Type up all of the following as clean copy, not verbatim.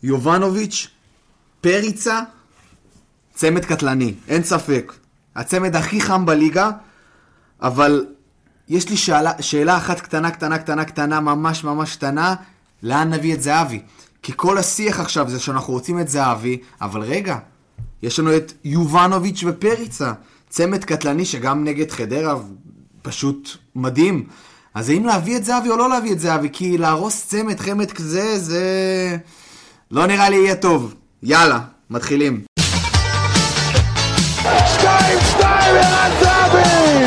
יובנוביץ', פריצה, צמד קטלני, אין ספק. הצמד הכי חם בליגה, אבל יש לי שאלה אחת קטנה, ממש קטנה, לאן נביא את זהבי? כי כל השיח עכשיו זה שאנחנו רוצים את זהבי, אבל רגע, יש לנו את יובנוביץ' ופריצה, צמד קטלני שגם נגד חדרה פשוט מדהים. אז האם להביא את זהבי או לא להביא את זהבי? כי להרוס צמד חמד כזה, זה לא נראה לי יהיה טוב. יאללה, מתחילים. 2-2 ערן זהבי!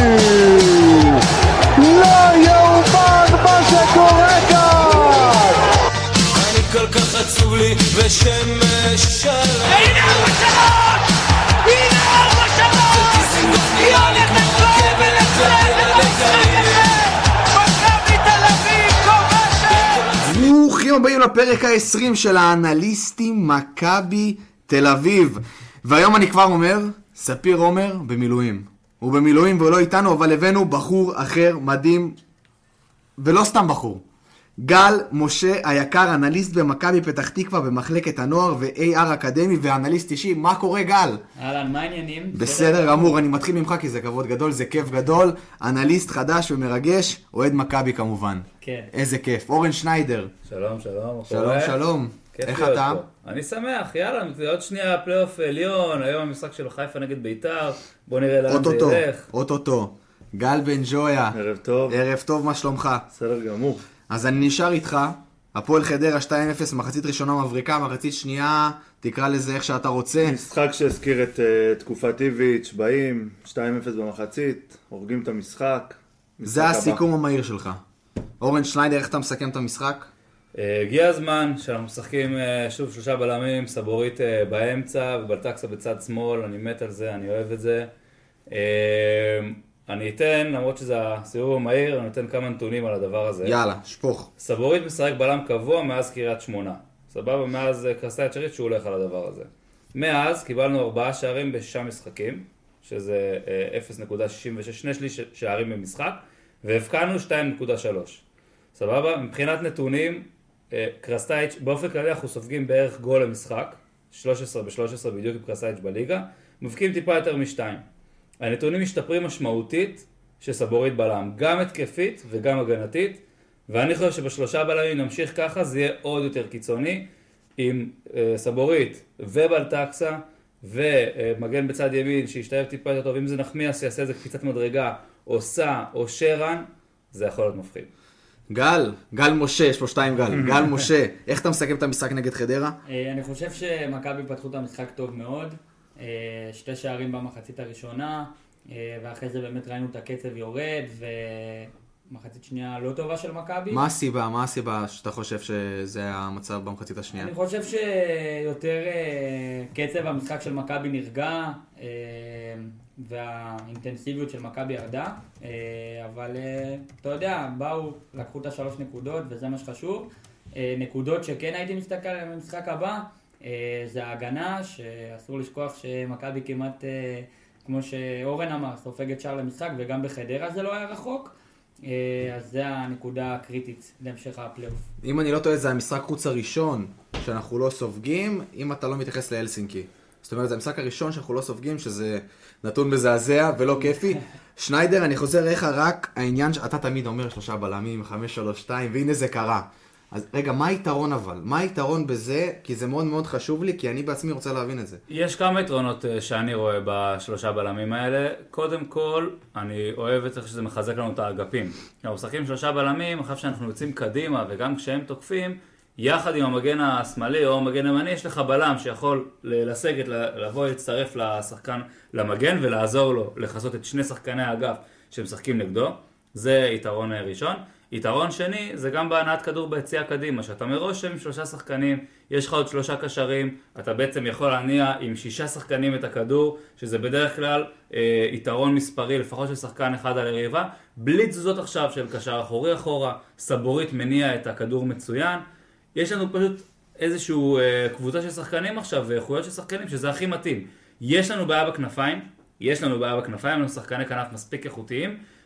לא יאומן מה שקורה כאן! אני כל כך עצוב לי ושמש שלם. הנה 4-3! הנה 4-3! היא הולכת לו ולצאת במשחק הזה! מכבי תל אביב כובשת! ברוכים הבאים לפרק ה-20 של האנליסטים מכבי תל אביב. והיום אני כבר אומר, ספיר עומר במילואים. הוא במילואים והוא לא איתנו, אבל הבאנו בחור אחר מדהים, ולא סתם בחור. גל משה היקר, אנליסט במכבי פתח תקווה במחלקת הנוער ו-AR אקדמי ואנליסט אישי. מה קורה גל? אהלן, מה העניינים? בסדר גמור, אני מתחיל ממך כי זה כבוד גדול, זה כיף גדול. אנליסט חדש ומרגש, אוהד מכבי כמובן. כן. איזה כיף. אורן שניידר. שלום, שלום. שלום. איך אתה? אני שמח, יאללה, עוד שנייה פלייאוף עליון, היום המשחק של חיפה נגד ביתר, בוא נראה לאן זה ילך. אוטוטו. גל בן ג'ויה. ערב טוב. ערב טוב, מה שלומך? בסדר גמור. אז אני נשאר איתך, הפועל חדרה 2-0, מחצית ראשונה מבריקה, מחצית שנייה, תקרא לזה איך שאתה רוצה. משחק שהזכיר את תקופת איביץ', באים, 2-0 במחצית, הורגים את המשחק. זה הסיכום המהיר שלך. אורן שניידר, איך אתה מסכם את המשחק? הגיע הזמן שאנחנו משחקים שוב 3 בלמים, סבורית באמצע ובלטקסה בצד שמאל, אני מת על זה, אני אוהב את זה. אני אתן, למרות שזה הסיבוב המהיר, אני אתן כמה נתונים על הדבר הזה. יאללה, שפוך. סבורית משחק בלם קבוע מאז קריית שמונה. סבבה, מאז קרסטייט שרית שהוא הולך על הדבר הזה. מאז קיבלנו 4 שערים ב6 משחקים, שזה 0.66, שני שליש שערים במשחק, והפקענו 2.3. סבבה, מבחינת נתונים, קרסטייט, באופן כללי אנחנו סופגים בערך גול למשחק, 13 ב-13 בדיוק עם קרסטייט בליגה, מבקיעים טיפה יותר מ2. הנתונים משתפרים משמעותית שסבורית בלם, גם התקפית וגם הגנתית, ואני חושב שבשלושה בלמים נמשיך ככה, זה יהיה עוד יותר קיצוני, עם סבורית ובלטקסה ומגן בצד ימין שישתלב טיפה יותר טוב, אם זה נחמיאס שיעשה איזה קפיצת מדרגה, או סע או שרן, זה יכול להיות מפחיד. גל משה, יש פה 2 גל, גל משה, איך אתה מסכם את המשחק נגד חדרה? אני חושב שמכבי פתחו את המשחק טוב מאוד, 2 שערים במחצית הראשונה, ואחרי זה באמת ראינו את הקצב יורד, ומחצית שנייה לא טובה של מכבי. מה הסיבה שאתה חושב שזה המצב במחצית השנייה? אני חושב שיותר קצב המשחק של מכבי נרגע, והאינטנסיביות של מכבי ירדה, אבל אתה יודע, לקחו את 3 נקודות וזה מה שחשוב. נקודות שכן הייתי מסתכל עליהן במשחק הבא, זה ההגנה, שאסור לשכוח שמכבי כמעט, כמו שאורן אמר, סופגת שער למשחק, וגם בחדרה זה לא היה רחוק, אז זה הנקודה הקריטית להמשך הפלייאוף. אם אני לא טועה, זה המשחק חוץ הראשון שאנחנו לא סופגים, אם אתה לא מתייחס להלסינקי. זאת אומרת, זה המשחק הראשון שאנחנו לא סופגים, שזה נתון מזעזע ולא כיפי. שניידר, אני חוזר איך רק העניין שאתה תמיד אומר 3 בלמים, 5-3-2, והנה זה קרה. אז רגע, מה היתרון אבל? מה היתרון בזה? כי זה מאוד מאוד חשוב לי, כי אני בעצמי רוצה להבין את זה. יש כמה יתרונות שאני רואה ב3 בלמים האלה. קודם כל, אני אוהב את זה שזה מחזק לנו את האגפים. אנחנו משחקים 3 בלמים, אחרי שאנחנו יוצאים קדימה, וגם כשהם תוקפים, יחד עם המגן השמאלי או המגן הימני, יש לך בלם שיכול לסגת, לבוא להצטרף לשחקן למגן, ולעזור לו לחסות את 2 שחקני האגף שמשחקים נגדו. זה יתרון ראשון. יתרון שני, זה גם בהנעת כדור ביציאה קדימה, שאתה מראש עם 3 שחקנים, יש לך עוד 3 קשרים, אתה בעצם יכול להניע עם 6 שחקנים את הכדור, שזה בדרך כלל יתרון מספרי, לפחות של שחקן אחד על היריבה, בלי תזוזות עכשיו של קשר אחורי אחורה, סבורית מניע את הכדור מצוין, יש לנו פשוט איזשהו קבוצה של שחקנים עכשיו, ואיכויות של שחקנים, שזה הכי מתאים. יש לנו בעיה בכנפיים, לנו שחקני כנף מספיק איכותיים,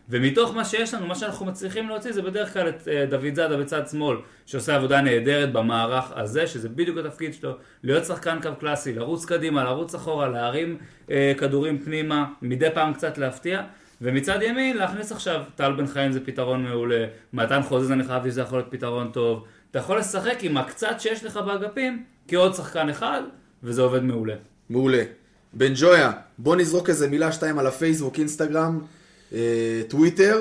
ומתוך מה שיש לנו, מה שאנחנו מצליחים להוציא, זה בדרך כלל את דוד זאדה בצד שמאל, שעושה עבודה נהדרת במערך הזה, שזה בדיוק התפקיד שלו, להיות שחקן קו קלאסי, לרוץ קדימה, לרוץ אחורה, להרים כדורים פנימה, מדי פעם קצת להפתיע, ומצד ימין להכניס עכשיו, טל בן חיים זה פתרון מעולה, מתן חוזז אני חייב שזה יכול להיות פתרון טוב, אתה יכול לשחק עם הקצת שיש לך באגפים, כעוד שחקן אחד, וזה עובד מעולה. מעולה. בן ג'ויה, בוא נזרוק איזה מילה 2 על הפייסבוק, אינסטגרם, טוויטר.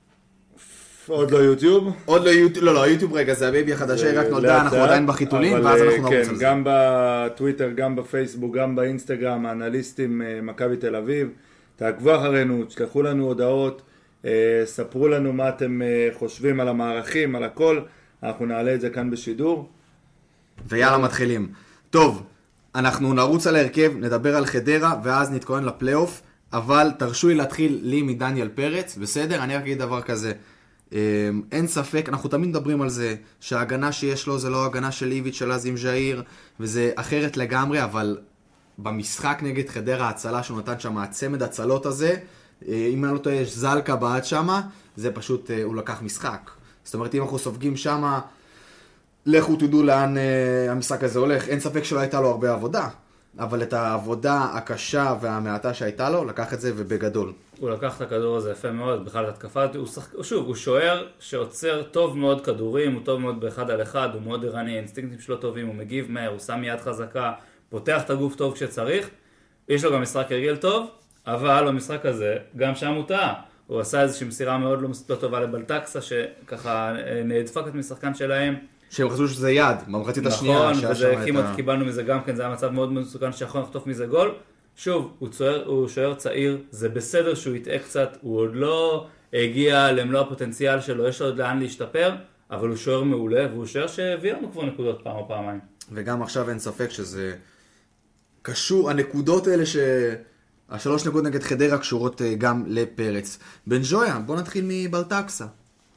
עוד לא יוטיוב? עוד לא יוטיוב, לא, יוטיוב רגע, זה הבייבי החדשה, רק נולדה, אנחנו עדיין בחיתולים, ואז אנחנו נרוץ על זה. גם בטוויטר, גם בפייסבוק, גם באינסטגרם, האנליסטים מכבי תל אביב, תעקבו אחרינו, תשלחו לנו הודעות, ספרו לנו מה אתם חושבים על המערכים, על הכל, אנחנו נעלה את זה כאן בשידור. ויאללה מתחילים. טוב, אנחנו נרוץ על ההרכב, נדבר על חדרה, ואז נתכונן לפלייאוף, אבל תרשו לי להתחיל לי מדניאל פרץ, בסדר? אני רק אגיד דבר כזה. אין ספק, אנחנו תמיד מדברים על זה, שההגנה שיש לו זה לא הגנה של איביץ' של אז עם ז'איר, וזה אחרת לגמרי, אבל במשחק נגד חדרה ההצלה שהוא נתן שם, הצמד הצלות הזה, אם אני לא טועה, יש זלקה בעד שם, זה פשוט, הוא לקח משחק. זאת אומרת, אם אנחנו סופגים שם, לכו תדעו לאן המשחק הזה הולך. אין ספק שלא הייתה לו הרבה עבודה, אבל את העבודה הקשה והמעטה שהייתה לו, לקח את זה ובגדול. הוא לקח את הכדור הזה יפה מאוד, בכלל התקפה, הוא שוער שעוצר טוב מאוד כדורים, הוא טוב מאוד באחד על אחד, הוא מאוד ערני, האינסטינקטים שלו טובים, הוא מגיב מהר, הוא שם יד חזקה, פותח את הגוף טוב כשצריך, יש לו גם משחק הרגל טוב, אבל במשחק הזה, גם שם הוא טעה. הוא עשה איזושהי מסירה מאוד לא טובה לבלטקסה, שככה נדפקת משחקן שלהם. שהם חשבו שזה יד, במחצית השנייה. נכון, וזה כמעט קיבלנו מזה גם כן, זה היה מצב מאוד מסוכן שיכול לחטוף מזה גול. שוב, הוא שוער צעיר, זה בסדר שהוא יטעה קצת, הוא עוד לא הגיע למלוא הפוטנציאל שלו, יש לו עוד לאן להשתפר, אבל הוא שוער מעולה, והוא שוער שהביא לנו כבר נקודות פעם או פעמיים. וגם עכשיו אין ספק שזה קשור, הנקודות האלה השלוש נקודות נגד חדרה קשורות גם לפרץ. בן ג'ויה, בוא נתחיל מבלטקסה.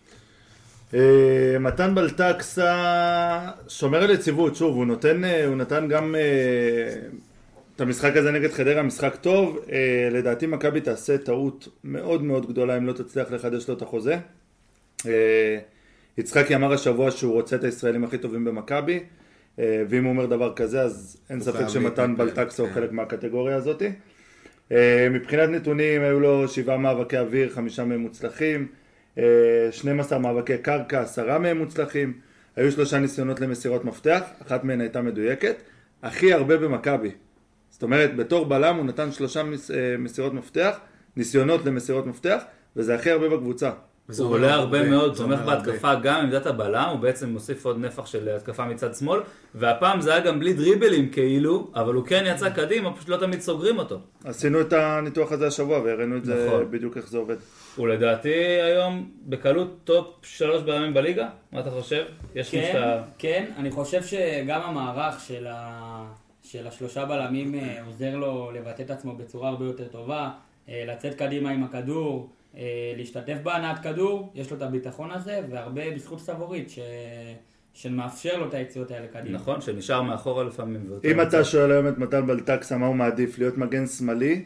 מתן בלטקסה שומר על יציבות, שוב, הוא נתן גם את המשחק הזה נגד חדרה, משחק טוב. לדעתי מכבי תעשה טעות מאוד מאוד גדולה אם לא תצליח לחדש לו את החוזה. יצחקי אמר השבוע שהוא רוצה את הישראלים הכי טובים במכבי, ואם הוא אומר דבר כזה אז אין ספק שמתן בלטקסה הוא חלק מהקטגוריה הזאת. מבחינת נתונים היו לו 7 מאבקי אוויר, 5 מהם מוצלחים, 12 מאבקי קרקע, 10 מהם מוצלחים, היו 3 ניסיונות למסירות מפתח, אחת מהן הייתה מדויקת, הכי הרבה במכבי. זאת אומרת, בתור בלם הוא נתן 3 מסירות מפתח, ניסיונות למסירות מפתח, וזה הכי הרבה בקבוצה. הוא עולה הרבה מאוד, תומך בהתקפה גם עמדת הבלם, הוא בעצם מוסיף עוד נפח של התקפה מצד שמאל, והפעם זה היה גם בלי דריבלים כאילו, אבל הוא כן יצא קדימה, פשוט לא תמיד סוגרים אותו. עשינו את הניתוח הזה השבוע והראינו את זה בדיוק איך זה עובד. הוא לדעתי היום בקלות טופ 3 בלמים בליגה, מה אתה חושב? כן, אני חושב שגם המערך של השלושה בלמים עוזר לו לבטא את עצמו בצורה הרבה יותר טובה, לצאת קדימה עם הכדור, להשתתף בהנעת כדור, יש לו את הביטחון הזה, והרבה בזכות סבורית שמאפשר לו את היציאות האלה קדימה. נכון, שנשאר מאחורה לפעמים. אם אתה שואל היום את מתן בלטקסה מה הוא מעדיף, להיות מגן שמאלי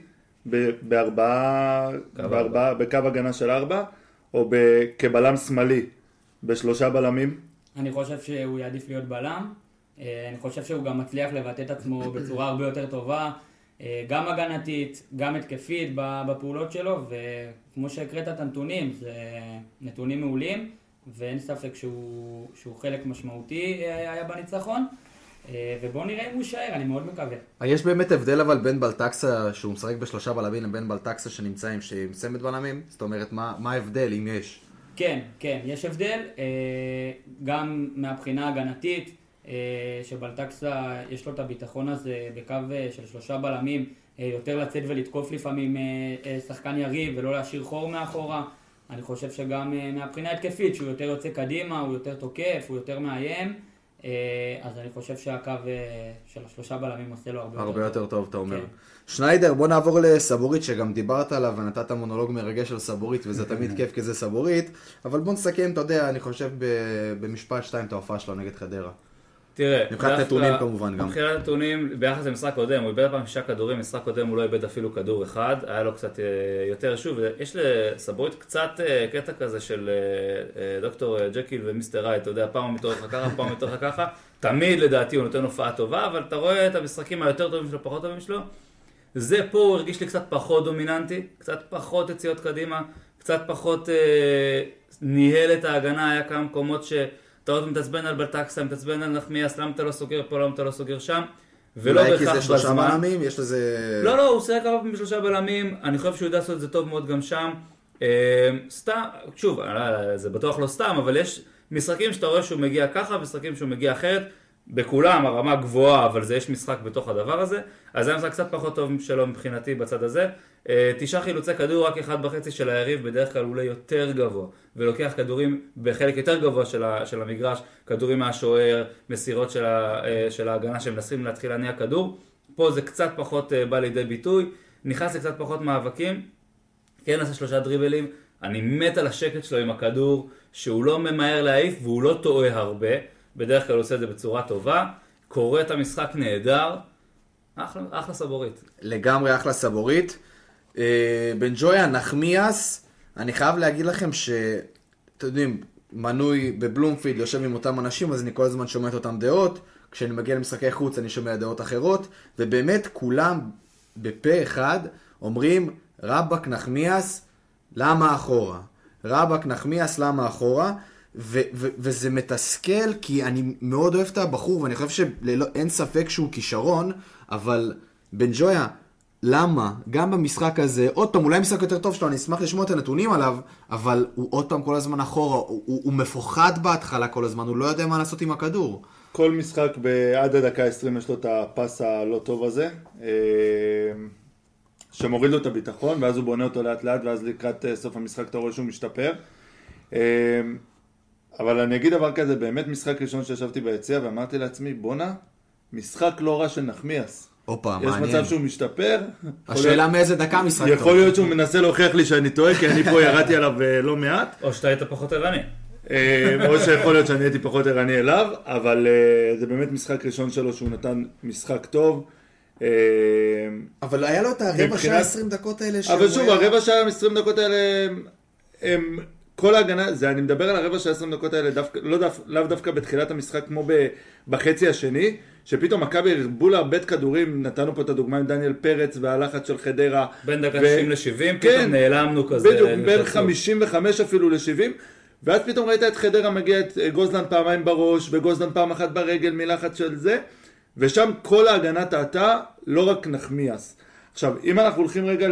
בקו הגנה של 4, או כבלם שמאלי ב3 בלמים? אני חושב שהוא יעדיף להיות בלם, אני חושב שהוא גם מצליח לבטא את עצמו בצורה הרבה יותר טובה, גם הגנתית, גם התקפית בפעולות שלו, וכמו שהקראת את הנתונים, זה נתונים מעולים, ואין ספק שהוא חלק משמעותי היה בניצחון, ובואו נראה אם הוא יישאר, אני מאוד מקווה. יש באמת הבדל אבל בין בלטקסה שהוא משחק ב3 בלמים לבין בלטקסה שנמצא עם צמד בלמים? זאת אומרת, מה ההבדל אם יש? כן, יש הבדל, גם מהבחינה הגנתית, שבלטקסה יש לו את הביטחון הזה בקו של 3 בלמים, יותר לצאת ולתקוף לפעמים שחקן יריב ולא להשאיר חור מאחורה. אני חושב שגם מהבחינה התקפית שהוא יותר יוצא קדימה, הוא יותר תוקף, הוא יותר מאיים, אז אני חושב שהקו של 3 בלמים עושה לו הרבה יותר טוב, אתה אומר. שניידר, בוא נעבור לסבורית שגם דיברת עליו ונתת מונולוג מרגש על סבורית וזה תמיד כיף כי זה סבורית, אבל בוא נסכם, אתה יודע, אני חושב במשפט 2 את ההופעה שלו נגד חדרה. תראה, מבחינת נתונים כמובן גם. מבחינת נתונים, ביחס למשחק קודם, הוא איבד פעם 6 כדורים, משחק קודם הוא לא איבד אפילו כדור אחד, היה לו קצת יותר שוב, יש לסבורית קצת קטע כזה של דוקטור ג'קיל ומיסטר רייט, אתה יודע, פעם מתוך ככה, פעם מתוך ככה, תמיד לדעתי הוא נותן הופעה טובה, אבל אתה רואה את המשחקים היותר טובים שלו, פחות טובים שלו, זה פה הוא הרגיש לי קצת פחות דומיננטי, קצת פחות יציאות קדימה, קצת פחות ניהל את ההגנה, היה כמה מקומות אתה עוד מתעצבן על בלטקסה, מתעצבן על נחמיאס, למה אתה לא סוגר פה, למה אתה לא סוגר שם, ולא אולי כי בהכרח זה 3 בזמן. בלמים, יש לזה... לא, הוא שיחק כמה פעמים ב3 בלמים, אני חושב שהוא יודע לעשות את זה טוב מאוד גם שם. סתם, שוב, זה בטוח לא סתם, אבל יש משחקים שאתה רואה שהוא מגיע ככה, ומשחקים שהוא מגיע אחרת, בכולם הרמה גבוהה, אבל יש משחק בתוך הדבר הזה, אז זה משחק קצת פחות טוב שלו מבחינתי בצד הזה. 9 חילוצי כדור, רק 1.5 של היריב, בדרך כלל עולה יותר גבוה, ולוקח כדורים בחלק יותר גבוה של המגרש, כדורים מהשוער, מסירות של ההגנה שמנסים להתחיל להניע כדור. פה זה קצת פחות בא לידי ביטוי, נכנס לקצת פחות מאבקים, כן עשה 3 דריבלים, אני מת על השקט שלו עם הכדור, שהוא לא ממהר להעיף והוא לא טועה הרבה, בדרך כלל עושה את זה בצורה טובה, קורא את המשחק נהדר, אחלה סבורית. לגמרי אחלה סבורית. בן ג'ויה, נחמיאס, אני חייב להגיד לכם שאתם יודעים, מנוי בבלומפילד יושב עם אותם אנשים, אז אני כל הזמן שומע את אותם דעות, כשאני מגיע למשחקי חוץ אני שומע דעות אחרות, ובאמת כולם בפה אחד אומרים, רבק נחמיאס, למה אחורה? רבק נחמיאס, למה אחורה? וזה מתסכל, כי אני מאוד אוהב את הבחור, ואני חושב שאין ספק שהוא כישרון, אבל בן ג'ויה, למה? גם במשחק הזה, עוד פעם, אולי משחק יותר טוב שלו, אני אשמח לשמוע את הנתונים עליו, אבל הוא עוד פעם כל הזמן אחורה, הוא מפוחד בהתחלה כל הזמן, הוא לא יודע מה לעשות עם הכדור. כל משחק עד הדקה 20 יש לו את הפס הלא טוב הזה, שמוריד לו את הביטחון, ואז הוא בונה אותו לאט לאט, ואז לקראת סוף המשחק אתה רואה שהוא משתפר. אבל אני אגיד דבר כזה, באמת משחק ראשון שישבתי ביציע, ואמרתי לעצמי, בונה, משחק לא רע של נחמיאס. אופה, יש מעניין. מצב שהוא משתפר. השאלה מאיזה דקה משחק טוב. יכול להיות שהוא מנסה להוכיח לי שאני טועה, כי אני פה ירדתי עליו לא מעט. או שאתה היית פחות ערני. או שיכול להיות שאני הייתי פחות ערני אליו, אבל זה באמת משחק ראשון שלו שהוא נתן משחק טוב. אבל היה לו את הרבע שעה 20 דקות האלה אבל שוב, הרבע שעה 20 דקות האלה הם כל ההגנה, אני מדבר על הרבע שעה 20 דקות האלה לאו דווקא בתחילת המשחק כמו בחצי השני, שפתאום מכבי הרבו לה הרבה כדורים, נתנו פה את הדוגמה עם דניאל פרץ והלחץ של חדרה. בין דקה 60 ל-70, פתאום נעלמנו כזה. בדיוק, בין 55 אפילו ל-70, ואז פתאום ראית את חדרה מגיע את גוזלן פעמיים בראש, וגוזלן פעם אחת ברגל מלחץ של זה, ושם כל ההגנה טעתה, לא רק נחמיאס. עכשיו, אם אנחנו הולכים רגע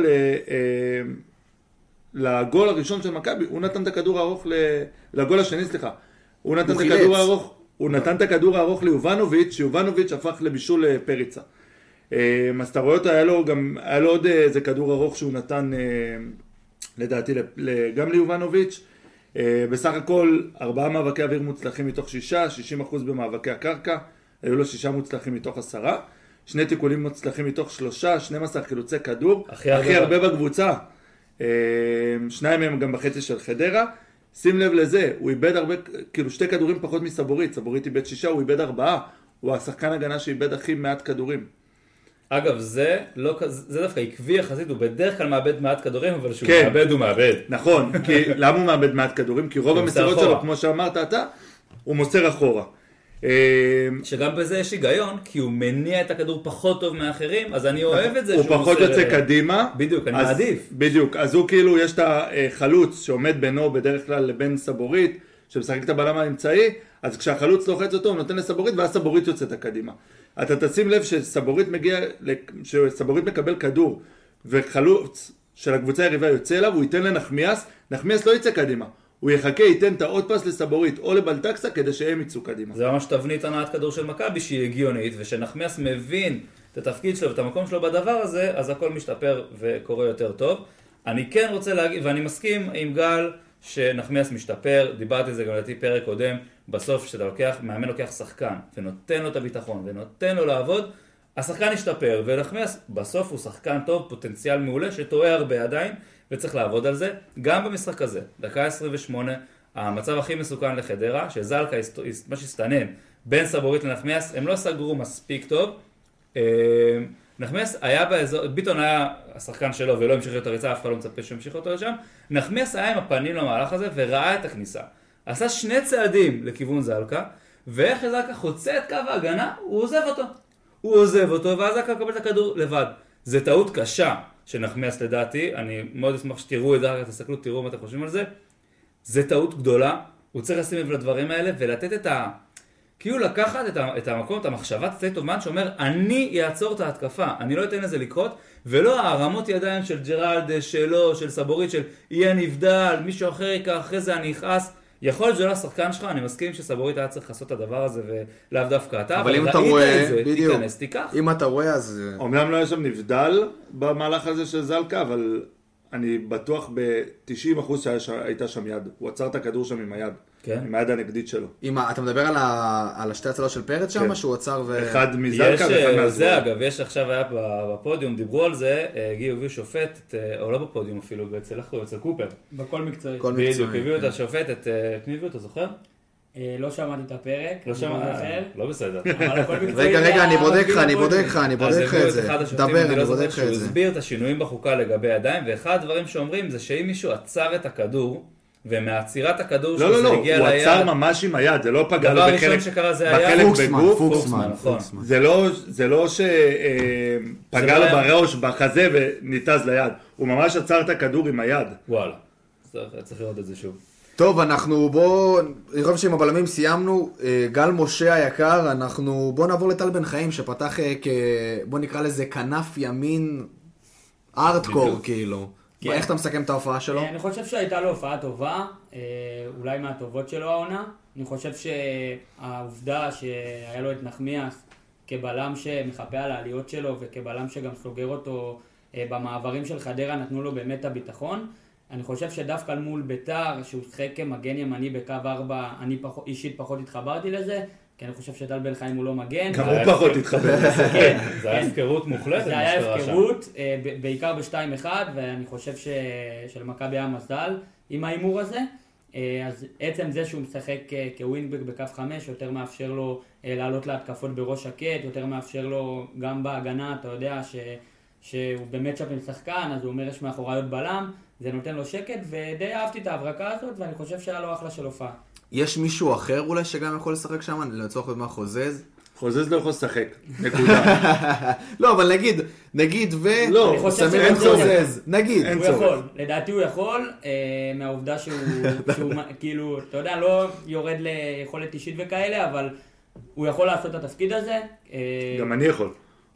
לגול הראשון של מכבי, הוא נתן את הכדור הארוך לגול השני, סליחה. הוא נתן את הכדור הארוך ליובנוביץ', שיובנוביץ' הפך לבישול פריצה. אז אתה רואה אותו, היה לו עוד איזה כדור ארוך שהוא נתן, לדעתי, גם ליובנוביץ'. בסך הכל, 4 מאבקי אוויר מוצלחים מתוך 6, 60% במאבקי הקרקע, היו לו 6 מוצלחים מתוך 10, 2 תיקולים מוצלחים מתוך 3, 12 חילוצי כדור, הכי הרבה בקבוצה. 2 מהם גם בחצי של חדרה. שים לב לזה, הוא איבד הרבה, כאילו 2 כדורים פחות מסבורית, סבורית איבד 6, הוא איבד 4, הוא השחקן הגנה שאיבד הכי מעט כדורים. אגב, זה דווקא עקבי יחסית, הוא בדרך כלל מאבד מעט כדורים, אבל שהוא מאבד הוא מאבד. נכון, כי למה הוא מאבד מעט כדורים? כי רוב המסירות שלו, כמו שאמרת אתה, הוא מוסר אחורה. שגם בזה יש היגיון, כי הוא מניע את הכדור פחות טוב מאחרים, אז אני אוהב את זה שהוא פחות יוצא קדימה. בדיוק, אני מעדיף. בדיוק, אז הוא כאילו, יש את החלוץ שעומד בינו בדרך כלל לבין סבורית, שמשחק את הבלם האמצעי, אז כשהחלוץ לוחץ אותו, הוא נותן לסבורית, ואז סבורית יוצאת הקדימה. אתה תשים לב שסבורית מקבל כדור, וחלוץ של הקבוצה היריבה יוצא אליו, הוא ייתן לנחמיאס, נחמיאס לא יצא קדימה. הוא יחכה, ייתן את העוד פס לסבורית או לבלטקסה כדי שהם יצאו קדימה. זה ממש תבנית הנעת כדור של מכבי שהיא הגיונית, ושנחמיאס מבין את התפקיד שלו ואת המקום שלו בדבר הזה, אז הכל משתפר וקורה יותר טוב. אני כן רוצה להגיד, ואני מסכים עם גל שנחמיאס משתפר, דיברתי על זה גם לדעתי פרק קודם, בסוף שאתה לוקח, מאמן לוקח שחקן ונותן לו את הביטחון ונותן לו לעבוד, השחקן ישתפר, ונחמיאס בסוף הוא שחקן טוב, פוטנציאל מעולה שטועה הרבה עדיין, וצריך לעבוד על זה. גם במשחק הזה, דקה 28, המצב הכי מסוכן לחדרה, שזלקה מה שהסתנן בין סבורית לנחמיאס, הם לא סגרו מספיק טוב. נחמיאס היה באזור, ביטון היה השחקן שלו ולא המשיך יותר ריצה, אף אחד לא מצפה שהוא המשיך אותו לשם. נחמיאס היה עם הפנים למהלך הזה וראה את הכניסה. עשה 2 צעדים לכיוון זלקה, ואיך זלקה חוצה את קו ההגנה, הוא עוזב אותו, ואז זלקה מקבל את הכדור לבד. זה טעות קשה של נחמיאס לדעתי, אני מאוד אשמח שתראו את זה, תסתכלו, תראו מה אתם חושבים על זה. זה טעות גדולה, הוא צריך לשים לב לדברים האלה ולתת את כאילו לקחת את המקום, את המחשבת סטייט אוף מיינד שאומר, אני אעצור את ההתקפה, אני לא אתן לזה לקרות, ולא הרמות ידיים של ג'רלד, שלו, של סבורית, של יהיה נבדל, מישהו אחר יקח, אחרי זה אני אכעס. יכול להיות שזה לא השחקן שלך, אני מסכים שסבורית היה צריך לעשות את הדבר הזה ולאו דווקא אתה, אבל אם אתה רואה, בדיוק, תיכנס, תיקח. אם אתה רואה אז... אומנם לא היה שם נבדל במהלך הזה של זלקה, אבל אני בטוח ב-90% שהייתה שם יד. הוא עצר את הכדור שם עם היד. כן. עם היד הנגדית שלו. אתה מדבר על השתי הצלות של פרץ שם, שהוא עצר ו... אחד מזלקה ואחד מהזבורה. זה אגב, יש עכשיו היה בפודיום, דיברו על זה, הביאו שופט, או לא בפודיום אפילו, אצל קופר. בכל מקצועי. בדיוק, הביאו את השופט, את מי הביאו, אתה זוכר? לא שמעתי את הפרק. לא שמעתי, לא בסדר. רגע, אני בודק לך את זה. דבר, אני בודק לך את הוא זה. הסביר את השינויים בחוקה לגבי ידיים, ואחד הדברים שאומרים זה שאם מישהו עצר את הכדור, ומעצירת הכדור שזה הגיע ליד... לא, הוא עצר ממש עם היד, זה לא פגע לו ראשון שקרה זה היה... פוקסמן. זה לא שפגע לו בראש, בחזה וניתז ליד. הוא ממש עצר את הכדור עם היד. וואלה, צריך לראות את זה שוב. טוב, אני חושב שעם הבלמים סיימנו. גל משה היקר, בוא נעבור לטל בן חיים, שפתח בוא נקרא לזה כנף ימין ארטקור כאילו. איך אתה מסכם את ההופעה שלו? אני חושב שהייתה לו הופעה טובה, אולי מהטובות שלו העונה. אני חושב שהעובדה שהיה לו את נחמיאס כבלם שמחפה על העליות שלו וכבלם שגם סוגר אותו במעברים של חדרה נתנו לו באמת הביטחון. אני חושב שדווקא מול ביתר, שהוא שחק כמגן ימני בקו 4, אני אישית פחות התחברתי לזה, כי אני חושב שטל בן חיים הוא לא מגן. גם הוא פחות התחבר לזה. זה היה הפקרות מוחלטת. זה היה הפקרות, בעיקר ב-2-1, ואני חושב שלמכבי היה מזל עם האימור הזה. אז עצם זה שהוא משחק כווינגבק בקו 5, יותר מאפשר לו לעלות להתקפות בראש שקט, יותר מאפשר לו גם בהגנה, אתה יודע שהוא באמת שפ עם שחקן, אז הוא אומר יש מאחורי עוד בלם, זה נותן לו שקט, ודי אהבתי את ההברקה הזאת, ואני חושב שהיה לו אחלה של הופעה. יש מישהו אחר אולי שגם יכול לשחק שם? לצורך עוד מה חוזז? חוזז לא יכול לשחק, נקודה. לא, אבל נגיד לא, שמים את חוזז, נגיד. הוא יכול, לדעתי הוא יכול, מהעובדה שהוא כאילו, אתה יודע, לא יורד ליכולת אישית וכאלה, אבל הוא יכול לעשות את התפקיד הזה. גם אני יכול.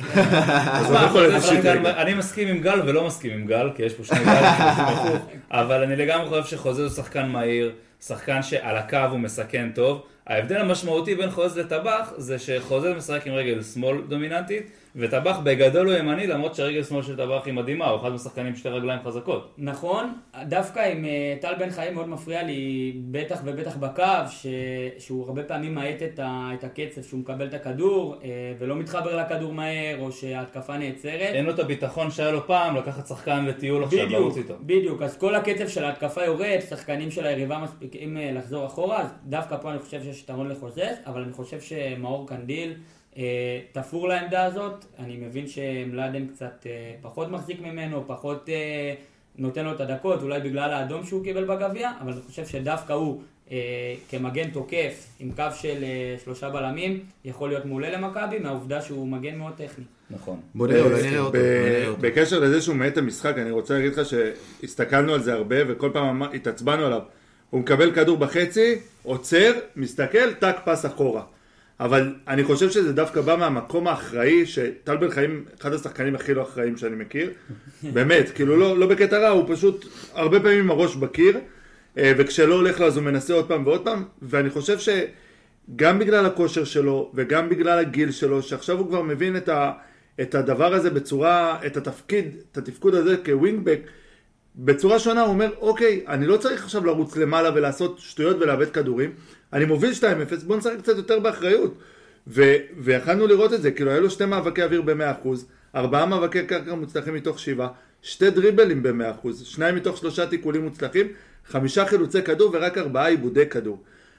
אני מסכים עם גל ולא מסכים עם גל, כי יש פה שני גל, אבל אני לגמרי חושב שחוזז הוא שחקן מהיר, שחקן שעל הקו הוא מסכן טוב. ההבדל המשמעותי בין חוזז לטבח זה שחוזז משחק עם רגל שמאל דומיננטית, וטבח בגדול הוא ימני, למרות שהרגל שמאל של טבח היא מדהימה, הוא אחד משחקנים שתי רגליים חזקות. נכון, דווקא עם טל בן חיים מאוד מפריע לי, בטח ובטח בקו, שהוא הרבה פעמים מעט את הקצב, שהוא מקבל את הכדור, ולא מתחבר לכדור מהר, או שההתקפה נעצרת. אין לו את הביטחון שהיה לו פעם, לקחת שחקן לטיול עכשיו, לרוץ איתו. בדיוק, אז כל הקצב של ההתקפה יורד, שחקנים של היריבה מספיקים לחזור אחורה, אז דווקא פה אני חושב שיש יתרון לחוזז, אבל אני חושב שמאור קנדיל תפור לעמדה הזאת. אני מבין שמלאדן קצת פחות מחזיק ממנו, פחות נותן לו את הדקות, אולי בגלל האדום שהוא קיבל בגביע, אבל אני חושב שדווקא הוא כמגן תוקף עם קו של 3 בלמים יכול להיות מעולה למכבי, מהעובדה שהוא מגן מאוד טכני. נכון. בוא נראה אותו. בקשר לזה שהוא מעט המשחק, אני רוצה להגיד לך שהסתכלנו על זה הרבה וכל פעם התעצבנו עליו. הוא מקבל כדור בחצי, עוצר, מסתכל, טק פס אחורה. אבל אני חושב שזה דווקא בא מהמקום האחראי, שטל בן חיים, אחד השחקנים הכי לא אחראיים שאני מכיר. באמת, כאילו לא בקטע רע, הוא פשוט הרבה פעמים עם הראש בקיר, וכשלא הולך לו אז הוא מנסה עוד פעם ועוד פעם, ואני חושב שגם בגלל הכושר שלו, וגם בגלל הגיל שלו, שעכשיו הוא כבר מבין את הדבר הזה בצורה, את התפקוד הזה כווינגבק, בצורה שונה. הוא אומר, אוקיי, אני לא צריך עכשיו לרוץ למעלה ולעשות שטויות ולאבד כדורים, אני מוביל 2-0, בוא נשחק קצת יותר באחריות. ויכלנו לראות את זה, כאילו היה לו 2 מאבקי אוויר ב-100%, 4 מאבקי קרקע מוצלחים מתוך 7, 2 דריבלים ב-100%, 2 מתוך 3 תיקולים מוצלחים, 5 חילוצי כדור ורק 4 עיבודי כדור.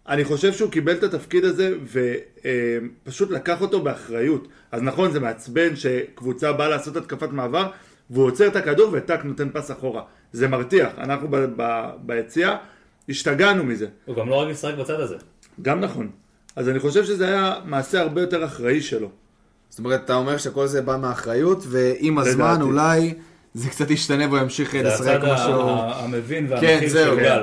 אני חושב שהוא קיבל את התפקיד הזה ופשוט לקח אותו באחריות. אז נכון, זה מעצבן שקבוצה באה לעשות התקפת מעבר, והוא עוצר את הכדור וטק נותן פס אחורה. זה מרתיח. אנחנו ביציאה השתגענו מזה. הוא גם לא רק משחק בצד הזה. גם נכון. אז אני חושב שזה היה מעשה הרבה יותר אחראי שלו. זאת אומרת, אתה אומר שכל זה בא מאחריות, ועם הזמן אולי זה קצת ישתנה והוא ימשיך לשחק משהו... זה הצד המבין והמכיר של גל.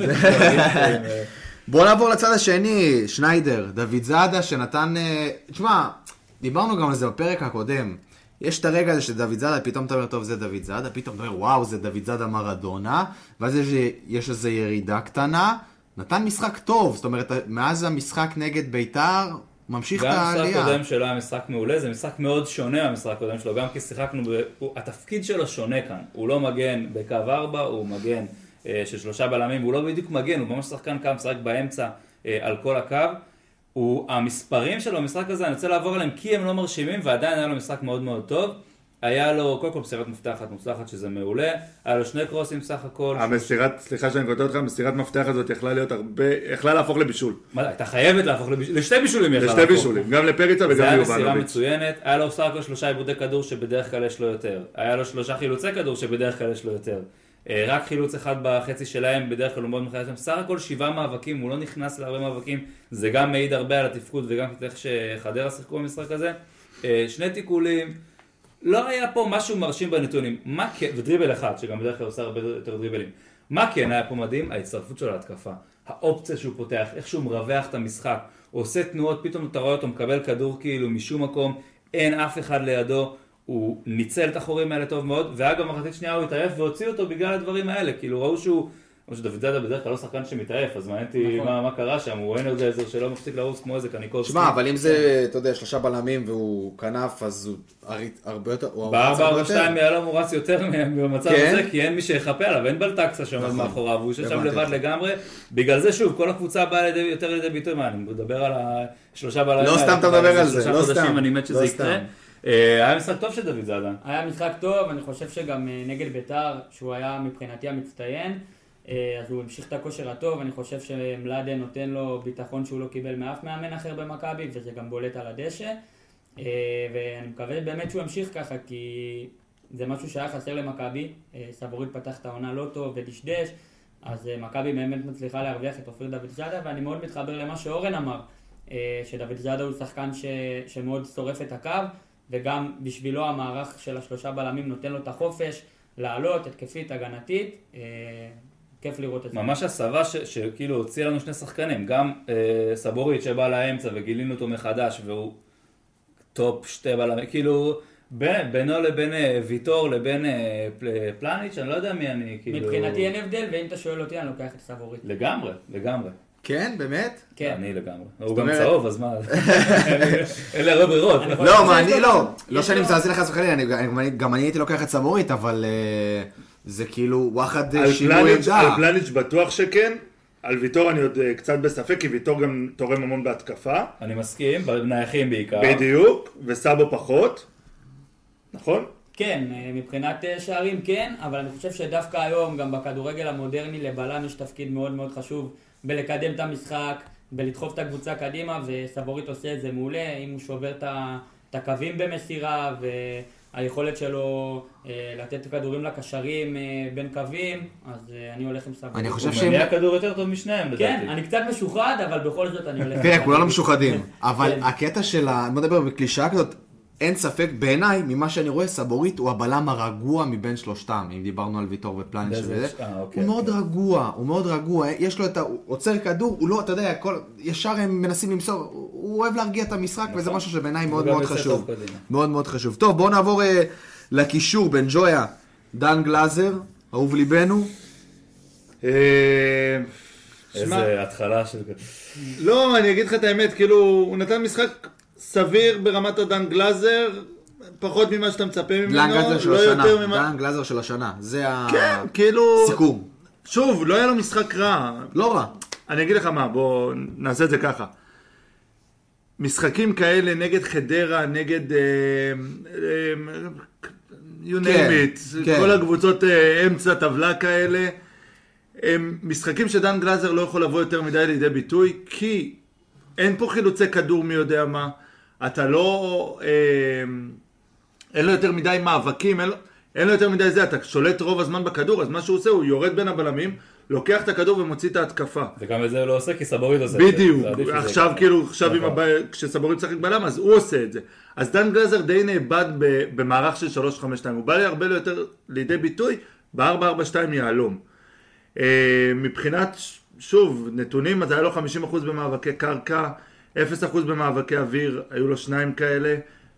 בואו נעבור לצד השני, שניידר, דוד זאדה שנתן... תשמע, דיברנו גם על זה בפרק הקודם. יש את הרגע הזה שדוד זאדה, פתאום אתה אומר, טוב, זה דוד זאדה, פתאום אתה אומר, וואו, זה דוד זאדה מרדונה, ואז יש איזו ירידה קטנה, נתן משחק טוב, זאת אומרת, מאז המשחק נגד ביתר, ממשיך את העלייה. גם המשחק הקודם שלו היה משחק מעולה, זה משחק מאוד שונה מהמשחק הקודם שלו, גם כי שיחקנו, התפקיד שלו שונה כאן, הוא לא מגן בקו 4, הוא מגן של 3 בלמים, הוא לא בדיוק מגן, הוא ממש שחקן קם, משחק באמצע על כל הקו, המספרים שלו במשחק הזה, אני רוצה לעבור עליהם כי הם לא מרשימים, ועדיין היה לו משחק מאוד מאוד טוב, היה לו קודם כל מסירת מפתח אחת מוצלחת שזה מעולה, היה לו 2 קרוסים סך הכל. סליחה שאני קוטע אותך, מסירת מפתח הזאת יכלה להפוך לבישול. מה, הייתה חייבת להפוך לבישול? לשתי בישולים יכלה להפוך. לשתי בישולים, גם לפריצה וגם ליובנוביץ'. זה היה מסירה מצוינת, היה לו סך הכל 3 עיבודי כדור שבדרך כלל יש לו יותר, היה לו 3 חילוצי כדור שבדרך כלל יש לו יותר, רק חילוץ אחד בחצי שלהם, בדרך כלל הוא מאוד מחייב שם, סך הכל 7 מאבקים, הוא לא נכנס להרבה מאבקים, זה גם מעיד הרבה על התפקוד וגם איך שחדרה שיחקו במשחק הזה. 2 תיקולים, לא היה פה משהו מרשים בנתונים, ודריבל אחד, שגם בדרך כלל עושה הרבה יותר דריבלים. מה כן היה פה מדהים? ההצטרפות שלו להתקפה. האופציה שהוא פותח, איך שהוא מרווח את המשחק, הוא עושה תנועות, פתאום אתה רואה אותו, מקבל כדור כאילו משום מקום, אין אף אחד לידו, הוא ניצל את החורים האלה טוב מאוד, ואגב מחצית שנייה הוא התעייף והוציא אותו בגלל הדברים האלה, כאילו ראו שהוא, כמו שדוד זאדה בדרך כלל לא שחקן שמתעייף, אז מעניין אותי מה קרה שם, הוא אנרג'ייזר שלא מפסיק לרוץ כמו איזה קניקובסקי. שמע, אבל אם זה, אתה יודע, 3 בלמים והוא כנף, אז הוא הרבה יותר... ב-4-4-2 היה לו מורץ יותר במצב הזה, כי אין מי שיחפה עליו, אין בלטקסה שעומד מאחוריו, והוא ששם לבד לגמרי, בגלל זה שוב, כל הקבוצה באה יותר לידי ביטוי, מה, אני מדבר על 3 בלמים. לא סתם אתה מדבר על זה, לא סתם. אני מת שזה יקרה. היה משחק טוב של דוד זאדה. היה משחק טוב, אני חושב שגם נגד ביתר, שהוא היה מבחינתי המצטיין, אז הוא המשיך את הכושר הטוב, אני חושב שמלאדה נותן לו ביטחון שהוא לא קיבל מאף מאמן אחר במכבי, וזה גם בולט על הדשא, ואני מקווה באמת שהוא ימשיך ככה, כי זה משהו שהיה חסר למכבי, סבורית פתח את העונה לא טוב ודשדש, אז מכבי באמת מצליחה להרוויח את אופיר דוד זאדה, ואני מאוד מתחבר למה שאורן אמר, שדוד זאדה הוא שחקן שמאוד שורף את הקו, וגם בשבילו המערך של 3 בלמים נותן לו את החופש, לעלות, התקפית, הגנתית, כיף לראות את זה. ממש הסבה שכאילו הוציא לנו 2 שחקנים, גם סבורית שבא לאמצע וגילינו אותו מחדש והוא טופ 2 בלמים, כאילו בינו לבין ויטור לבין פלניץ', אני לא יודע מי אני, כאילו... מבחינתי אין הבדל, ואם אתה שואל אותי אני לוקח את סבורית. לגמרי, לגמרי. כן, באמת? כן. אני לגמרי. הוא גם צהוב, אז מה? אלה הרבה ברירות. לא, מה, אני לא. לא שאני מזעזע לך ספחלי, גם אני הייתי לוקח את סבורית, אבל זה כאילו וואחד שינוי עמדה. על פלניץ' בטוח שכן, על ויטור אני עוד קצת בספק, כי ויטור גם תורם המון בהתקפה. אני מסכים, בנייחים בעיקר. בדיוק, וסבו פחות. נכון? כן, מבחינת שערים כן, אבל אני חושב שדווקא היום, גם בכדורגל המודרני, לבלם יש תפקיד מאוד מאוד חשוב בלקדם את המשחק, בלדחוף את הקבוצה קדימה, וסבורית עושה את זה מעולה, אם הוא שובר את הקווים במסירה, והיכולת שלו לתת כדורים לקשרים בין קווים, אז אני הולך עם סבורית. אני חושב הוא מניע כדור יותר טוב משניהם, לדעתי. כן, אני קצת משוחד, אבל בכל זאת אני הולך... תראה, כולנו משוחדים, אבל הקטע של בוא נדבר בקלישאה כזאת, אין ספק, בעיניי, ממה שאני רואה, סבורית הוא הבלם הרגוע מבין שלושתם, אם דיברנו על ויטור ופלניץ' וזה. הוא מאוד רגוע, הוא מאוד רגוע, יש לו את הוא עוצר כדור, הוא לא, אתה יודע, ישר הם מנסים למסור, הוא אוהב להרגיע את המשחק, וזה משהו שבעיניי מאוד מאוד חשוב. מאוד מאוד חשוב. טוב, בואו נעבור לקישור בין ג'ויה, דן גלאזר, אהוב ליבנו. איזה התחלה של... לא, אני אגיד לך את האמת, כאילו, הוא נתן משחק... סביר ברמת הדן גלאזר, פחות ממה שאתה מצפה ממנו, לא יותר ממה... דן גלאזר של השנה, זה כן, כאילו... סיכום. שוב, לא היה לו משחק רע. לא רע. אני אגיד לך מה, בוא נעשה את זה ככה. משחקים כאלה נגד חדרה, נגד... you name it, כל הקבוצות אמצע טבלה כאלה, הם משחקים שדן גלאזר לא יכול לבוא יותר מדי לידי ביטוי, כי אין פה חילוצי כדור מי יודע מה, אתה לא, אין לו יותר מדי מאבקים, אין לו יותר מדי זה, אתה שולט רוב הזמן בכדור, אז מה שהוא עושה, הוא יורד בין הבלמים, לוקח את הכדור ומוציא את ההתקפה. וגם את זה הוא לא עושה, כי סבורית עושה בדיוק, עכשיו כאילו, כשסבורית משחק בלם, אז הוא עושה את זה. אז דן גלאזר די נאבד במערך של 3-5-2, הוא בא לי הרבה יותר לידי ביטוי, ב-4-4-2 יעלום. מבחינת, שוב, נתונים, אז היה לו 50% במאבקי קרקע, 0% במאבקי אוויר, היו לו 2 כאלה.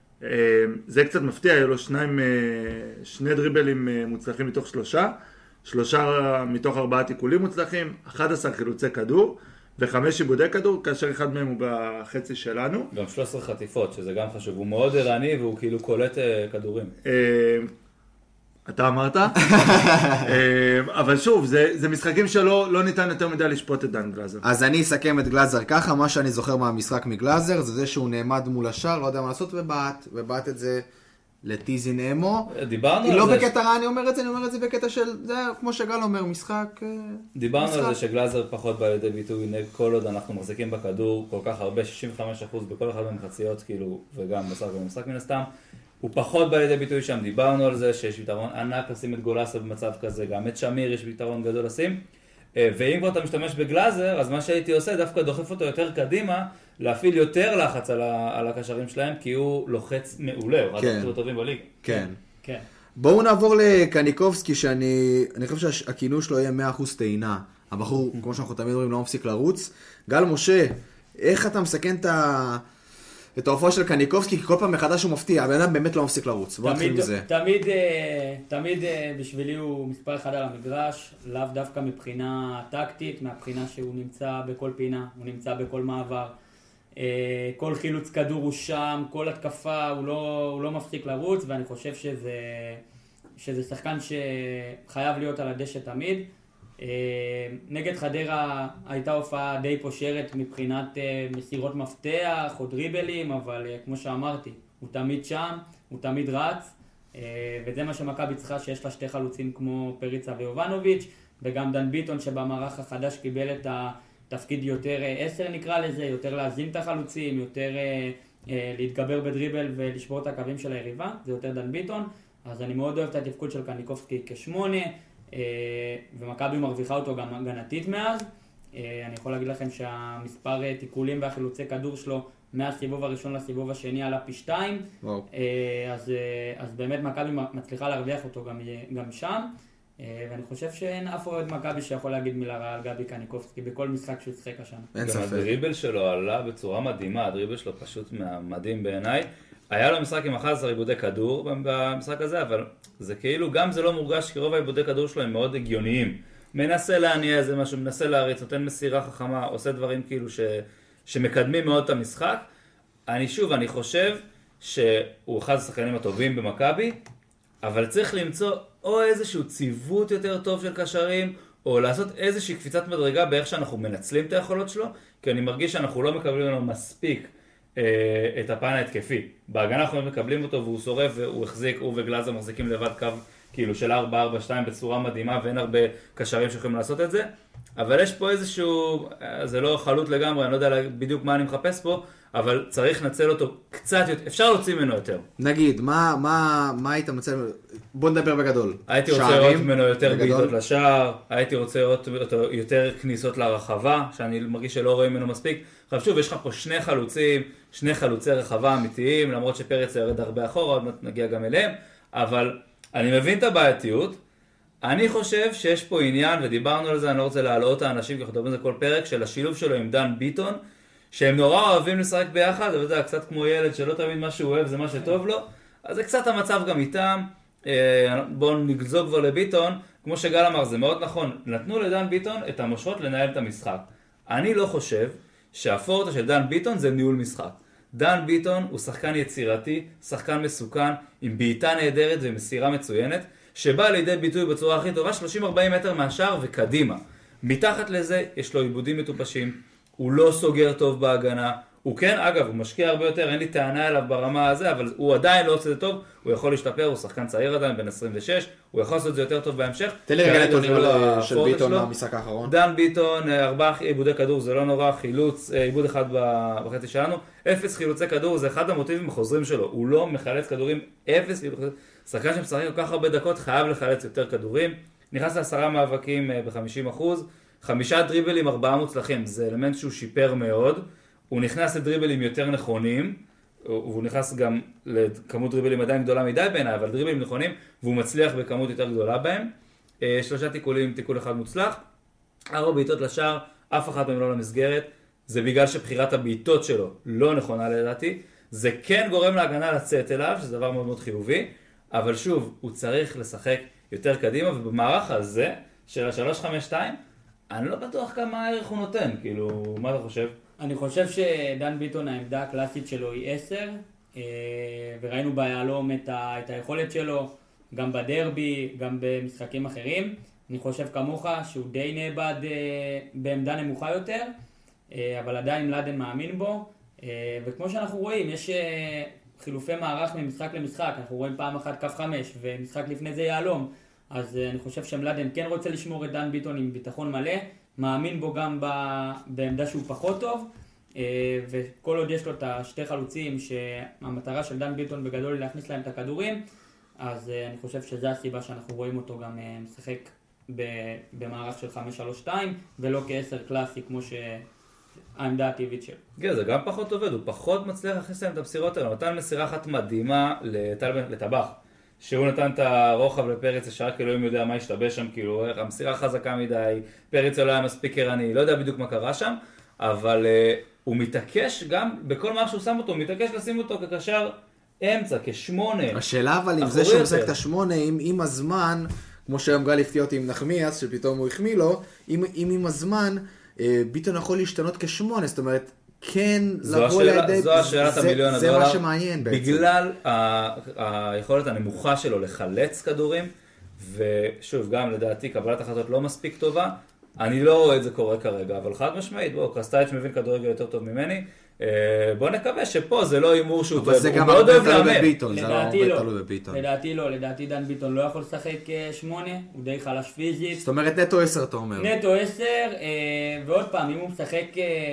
זה קצת מפתיע, היו לו 2 דריבלים מוצלחים מתוך 3 מתוך 4 תיקולים מוצלחים, 11 חילוצי כדור ו5 עיבודי כדור, כאשר אחד מהם הוא בחצי שלנו. גם 13 חטיפות, שזה גם חשוב, הוא מאוד ערני והוא כאילו קולט כדורים. אתה אמרת? אבל שוב, זה משחקים שלא ניתן יותר מדי לשפוט את דן גלאזר. אז אני אסכם את גלאזר ככה, מה שאני זוכר מהמשחק מגלאזר, זה שהוא נעמד מול השאר, לא יודע מה לעשות ובעט את זה לטיזין אמו. דיברנו על זה. לא בקטע רע, אני אומר את זה בקטע של, זה כמו שגל אומר, משחק. דיברנו על זה שגלאזר פחות בא לידי ביטוי, כל עוד אנחנו מחזיקים בכדור כל כך הרבה, 65% בכל אחד במחציות, כאילו, וגם במשחק מן הסתם. הוא פחות בא לידי ביטוי שם, דיברנו על זה שיש יתרון ענק לשים את גולסה במצב כזה, גם את שמיר יש יתרון גדול לשים, ואם כבר אתה משתמש בגלאזר, אז מה שהייתי עושה, דווקא דוחף אותו יותר קדימה, להפעיל יותר לחץ על הקשרים שלהם, כי הוא לוחץ מעולה, הוא אחד הכי טובים בליגה. כן. כן. בואו נעבור לקניקובסקי, שאני חושב שהכינוי שלו יהיה 100% טעינה. הבחור, כמו שאנחנו תמיד אומרים, לא מפסיק לרוץ. גל משה, איך אתה מסכן את ההופעה של קניקובסקי, כי כל פעם מחדש הוא מפתיע, הבן אדם באמת לא מפסיק לרוץ. בוא נתחיל מזה. תמיד בשבילי הוא מספר אחד על המגרש, לאו דווקא מבחינה טקטית, מהבחינה שהוא נמצא בכל פינה, הוא נמצא בכל מעבר. כל חילוץ כדור הוא שם, כל התקפה הוא לא מפסיק לרוץ, ואני חושב שזה שחקן שחייב להיות על הדשא תמיד. נגד חדרה הייתה הופעה די פושרת מבחינת מסירות מפתח או דריבלים, אבל כמו שאמרתי, הוא תמיד שם, הוא תמיד רץ, וזה מה שמכבי צריכה, שיש לה 2 חלוצים כמו פריצה ויובנוביץ', וגם דן ביטון שבמערך החדש קיבל את התפקיד יותר 10 נקרא לזה, יותר להזין את החלוצים, יותר להתגבר בדריבל ולשבור את הקווים של היריבה, זה יותר דן ביטון. אז אני מאוד אוהב את התפקוד של קניקובסקי כ8, ומכבי מרוויחה אותו גם הגנתית מאז. אני יכול להגיד לכם שהמספר תיקולים והחילוצי כדור שלו מהסיבוב הראשון לסיבוב השני עלה פי 2. אז באמת מכבי מצליחה להרוויח אותו גם שם. ואני חושב שאין אף אוהד מכבי שיכול להגיד מילה רעה על גבי קניקובסקי בכל משחק שהוא שחק השנה. גם הדריבל שלו עלה בצורה מדהימה, הדריבל שלו פשוט מדהים בעיניי. היה לו משחק עם 11 עיבודי כדור במשחק הזה, אבל זה כאילו גם זה לא מורגש, כי רוב העיבודי כדור שלו הם מאוד הגיוניים. מנסה להניע איזה משהו, מנסה להריץ, נותן מסירה חכמה, עושה דברים כאילו שמקדמים מאוד את המשחק. אני חושב שהוא אחד השחקנים הטובים במכבי, אבל צריך למצוא או איזשהו ציוות יותר טוב של קשרים, או לעשות איזושהי קפיצת מדרגה באיך שאנחנו מנצלים את היכולות שלו, כי אני מרגיש שאנחנו לא מקבלים לנו מספיק את הפן ההתקפי. בהגנה אנחנו מקבלים אותו והוא שורף והוא החזיק, הוא וגלאזר מחזיקים לבד קו כאילו של 4-4-2 בצורה מדהימה, ואין הרבה קשרים שיכולים לעשות את זה, אבל יש פה איזשהו, זה לא חלוט לגמרי, אני לא יודע בדיוק מה אני מחפש פה, אבל צריך לנצל אותו קצת יותר, אפשר להוציא ממנו יותר. נגיד, מה היית מצל? בוא נדבר בגדול. הייתי רוצה לראות ממנו יותר בעיטות לשער, הייתי רוצה לראות יותר כניסות לרחבה, שאני מרגיש שלא רואים ממנו מספיק. עכשיו שוב, יש לך פה 2 חלוצים, 2 חלוצי רחבה אמיתיים, למרות שפרץ ירד הרבה אחורה, עוד נגיע גם אליהם, אבל אני מבין את הבעייתיות. אני חושב שיש פה עניין, ודיברנו על זה, אני לא רוצה להעלות את האנשים, כי אנחנו מדברים על זה כל פרק, של השילוב שלו עם דן ביטון, שהם נורא אוהבים לשחק ביחד, אבל זה קצת כמו ילד שלא תמיד מה שהוא אוהב זה מה שטוב לו, אז זה קצת המצב גם איתם. בואו נגזור כבר לביטון, כמו שגל אמר, זה מאוד נכון, נתנו לדן ביטון את המושכות לנהל את המשחק. אני לא חושב שהפורטה של דן ביטון זה ניהול משחק. דן ביטון הוא שחקן יצירתי, שחקן מסוכן, עם בעיטה נהדרת ומסירה מצוינת, שבא לידי ביטוי בצורה הכי טובה 30-40 מטר מהשאר וקדימה. מתחת לזה יש לו עיבודים מטופשים, הוא לא סוגר טוב בהגנה, הוא כן, אגב, הוא משקיע הרבה יותר, אין לי טענה אליו ברמה הזה, אבל הוא עדיין לא עושה את זה טוב, הוא יכול להשתפר, הוא שחקן צעיר עדיין, בן 26, הוא יכול לעשות את זה יותר טוב בהמשך. תן לי רגע נתונים של ביטון במשחק האחרון. דן ביטון, 4 עיבודי כדור, זה לא נורא, חילוץ, עיבוד אחד בחצי שלנו, 0 חילוצי כדור, זה אחד המוטיבים החוזרים שלו, הוא לא מחלץ כדורים, 0 חילוצי, שחקן שמשחק כל כך הרבה דקות חייב לחלץ יותר כדורים, נכנס ל10 מאבקים ב-50%, 5 דריבלים, 4 מוצלחים, זה אלמנט שהוא שיפר מאוד, הוא נכנס לדריבלים יותר נכונים, הוא נכנס גם לכמות דריבלים עדיין גדולה מדי בעיניי, אבל דריבלים נכונים, והוא מצליח בכמות יותר גדולה בהם. 3 תיקולים, תיקול אחד מוצלח, 4 בעיטות לשער, אף אחת מהם לא למסגרת, זה בגלל שבחירת הבעיטות שלו לא נכונה לדעתי, זה כן גורם להגנה לצאת אליו, שזה דבר מאוד מאוד חיובי, אבל שוב, הוא צריך לשחק יותר קדימה, ובמערך הזה של ה-3-5-2, אני לא בטוח כמה הערך הוא נותן, כאילו, מה אתה חושב? אני חושב שדן ביטון העמדה הקלאסית שלו היא 10, וראינו ביהלום את היכולת שלו, גם בדרבי, גם במשחקים אחרים. אני חושב כמוך שהוא די נאבד בעמדה נמוכה יותר, אבל עדיין מלאדן מאמין בו, וכמו שאנחנו רואים, יש חילופי מערך ממשחק למשחק, אנחנו רואים פעם אחת קו 5, ומשחק לפני זה יהלום, אז אני חושב שמלאדן כן רוצה לשמור את דן ביטון עם ביטחון מלא, מאמין בו גם בעמדה שהוא פחות טוב, וכל עוד יש לו את השתי חלוצים שהמטרה של דן ביטון בגדול היא להכניס להם את הכדורים, אז אני חושב שזו הסיבה שאנחנו רואים אותו גם משחק במערך של 5-3-2 ולא כ10 קלאסי כמו שהעמדה הטבעית שלו. כן, זה גם פחות עובד, הוא פחות מצליח להכניס להם את המסירות האלה, הוא נתן מסירה אחת מדהימה לטבח, שהוא נתן את הרוחב לפריץ, שרק אלוהים יודע מה השתבש שם, כאילו המסירה חזקה מדי, פריץ לא היה מספיק ערני, לא יודע בדיוק מה קרה שם, אבל הוא מתעקש גם, בכל מה שהוא שם אותו, הוא מתעקש לשים אותו כקשר אמצע, כשמונה. השאלה אבל אם זה שהוא משחק את השמונה, אם עם הזמן, כמו שהיום גל הפתיע אותי עם נחמיאס, שפתאום הוא החמיא לו, אם עם הזמן, ביטון יכול להשתנות כשמונה, זאת אומרת, כן לבוא לידי, זו השאלת המיליון זה מה שמעניין בעצם. בגלל היכולת הנמוכה שלו לחלץ כדורים, ושוב, גם לדעתי קבלת החלטות לא מספיק טובה, אני לא רואה את זה קורה כרגע, אבל חד משמעית, בוא, קרסטייץ' מבין כדורגל יותר טוב ממני, בוא נקווה שפה זה לא אימור שהוא אבל זה גם הרבה תלוי בביטון, זה לא הרבה תלוי בביטון. לדעתי לא, לדעתי דן ביטון לא יכול לשחק 8, הוא די חלש פיזית. זאת אומרת נטו 10 אתה אומר. נטו 10, ועוד פעם, אם הוא משחק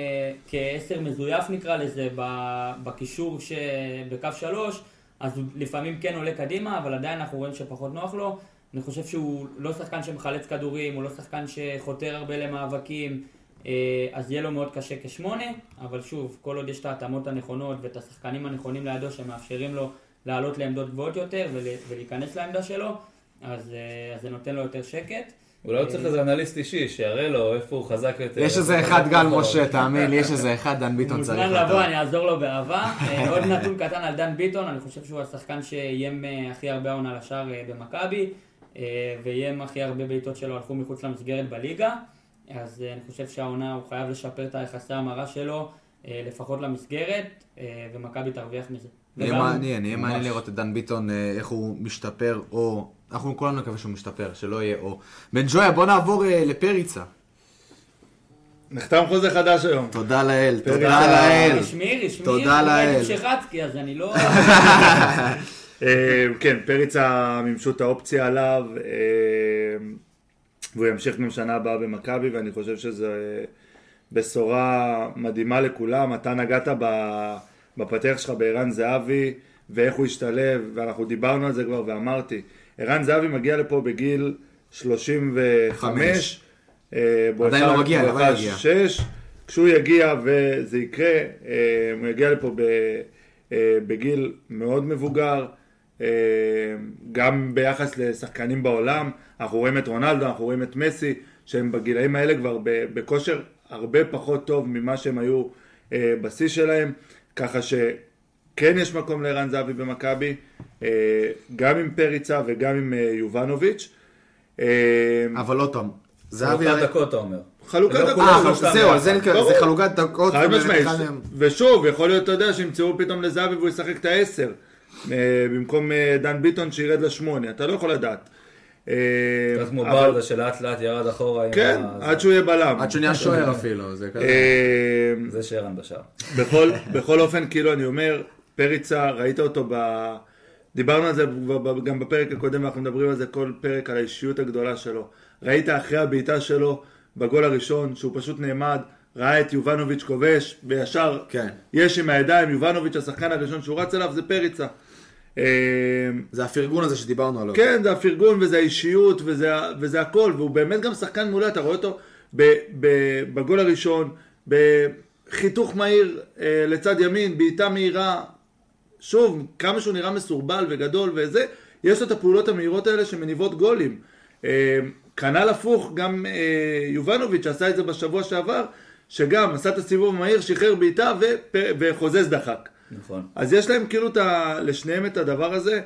כ10 מזויף נקרא לזה, בקישור בקו 3, אז הוא לפעמים כן עולה קדימה, אבל עדיין אנחנו רואים שפחות נוח לו. אני חושב שהוא לא שחקן שמחלץ כדורים, הוא לא שחקן שחותר הרבה למאבקים, אז יהיה לו מאוד קשה כ8, אבל שוב, כל עוד יש את ההתאמות הנכונות ואת השחקנים הנכונים לידו שמאפשרים לו לעלות לעמדות גבוהות יותר ולהיכנס לעמדה שלו, אז זה נותן לו יותר שקט. אולי הוא צריך איזה אנליסט אישי, שיראה לו איפה הוא חזק יותר. יש איזה אחד גל משה, תאמין לי, יש איזה אחד דן ביטון צריך מוזמן לבוא, אני אעזור לו באהבה. עוד נתון קטן על דן ביטון, אני חושב שהוא השחקן שאיים הכי הרבה עונה לשער במכבי, ואיים הכי הרבה בעיטות שלו הלכו מחוץ למסגרת בליגה, אז אני חושב שהעונה הוא חייב לשפר את היחסי המרה שלו, לפחות למסגרת, ומכבי תרוויח מזה. יהיה מעניין לראות את דן ביטון, איך הוא משתפר, או אנחנו כולנו נקווה שהוא משתפר, שלא יהיה או. בן ג'ויה, בוא נעבור לפריצה. נחתם חוזה חדש היום. תודה לאל, תודה לאל. רשמי, תודה לאל. שחצקי, אז אני לא... כן, פריצה מימשו את האופציה עליו, והוא ימשיך גם שנה הבאה במכבי, ואני חושב שזו בשורה מדהימה לכולם. אתה נגעת בפתח שלך בערן זהבי, ואיך הוא השתלב, ואנחנו דיברנו על זה כבר ואמרתי, ערן זהבי מגיע לפה בגיל 35, עדיין לא מגיע, אבל יגיע. כשהוא יגיע וזה יקרה, הוא יגיע לפה בגיל מאוד מבוגר, גם ביחס לשחקנים בעולם, אנחנו רואים את רונלדו, אנחנו רואים את מסי, שהם בגילאים האלה כבר בכושר הרבה פחות טוב ממה שהם היו בשיא שלהם, ככה שכן יש מקום לערן זהבי במכבי, גם עם פריצה וגם עם יובנוביץ'. אבל לא טוב. חלוקת דקות אתה אומר. חלוקת דקות. זהו, זה חלוקת דקות. ושוב, יכול להיות, אתה יודע, שימצאו פתאום לזהבי והוא ישחק את ה10, במקום דן ביטון שירד ל8, אתה לא יכול לדעת. קצת כמו ברדה שלאט לאט ירד אחורה. כן, עד שהוא יהיה בלם. עד שהוא נהיה שוער אפילו, זה כזה. זה שרן בשער. בכל אופן, כאילו אני אומר, פריצה, ראית אותו דיברנו על זה גם בפרק הקודם, אנחנו מדברים על זה כל פרק, על האישיות הגדולה שלו. ראית אחרי הבעיטה שלו בגול הראשון, שהוא פשוט נעמד, ראה את יובנוביץ' כובש, וישר יש עם הידיים, יובנוביץ' השחקן הראשון שהוא רץ אליו, זה פריצה. זה הפרגון הזה שדיברנו עליו. כן, זה הפרגון וזה האישיות וזה הכל, והוא באמת גם שחקן מעולה, אתה רואה אותו בגול הראשון, בחיתוך מהיר לצד ימין, בעיטה מהירה, שוב, כמה שהוא נראה מסורבל וגדול וזה, יש לו את הפעולות המהירות האלה שמניבות גולים. כנ"ל הפוך, גם יובנוביץ' עשה את זה בשבוע שעבר, שגם עשה את הסיבוב המהיר, שחרר בעיטה וחוזז דחק. נכון. אז יש להם כאילו לשניהם את הדבר הזה.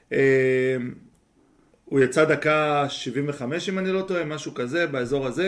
הוא יצא דקה 75 אם אני לא טועה, משהו כזה, באזור הזה.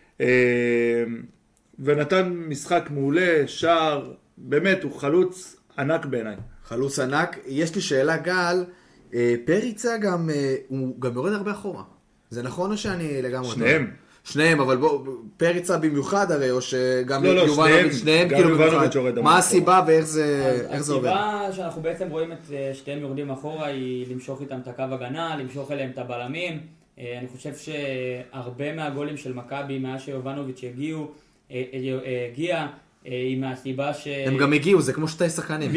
ונתן משחק מעולה, שער, באמת, הוא חלוץ ענק בעיניי. חלוץ ענק. יש לי שאלה, גל, פריצה גם, הוא גם יורד הרבה אחורה. זה נכון או שאני לגמרי... שניהם, אבל בוא, פריצה במיוחד הרי, או שגם יובנוביץ', שניהם כאילו במיוחד. מה הסיבה ואיך זה עובד? הסיבה שאנחנו בעצם רואים את שתיהם יורדים אחורה היא למשוך איתם את הקו הגנה, למשוך אליהם את הבלמים. אני חושב שהרבה מהגולים של מכבי, מאז שיובנוביץ' הגיע, היא מהסיבה ש... הם גם הגיעו, זה כמו שתי שחקנים.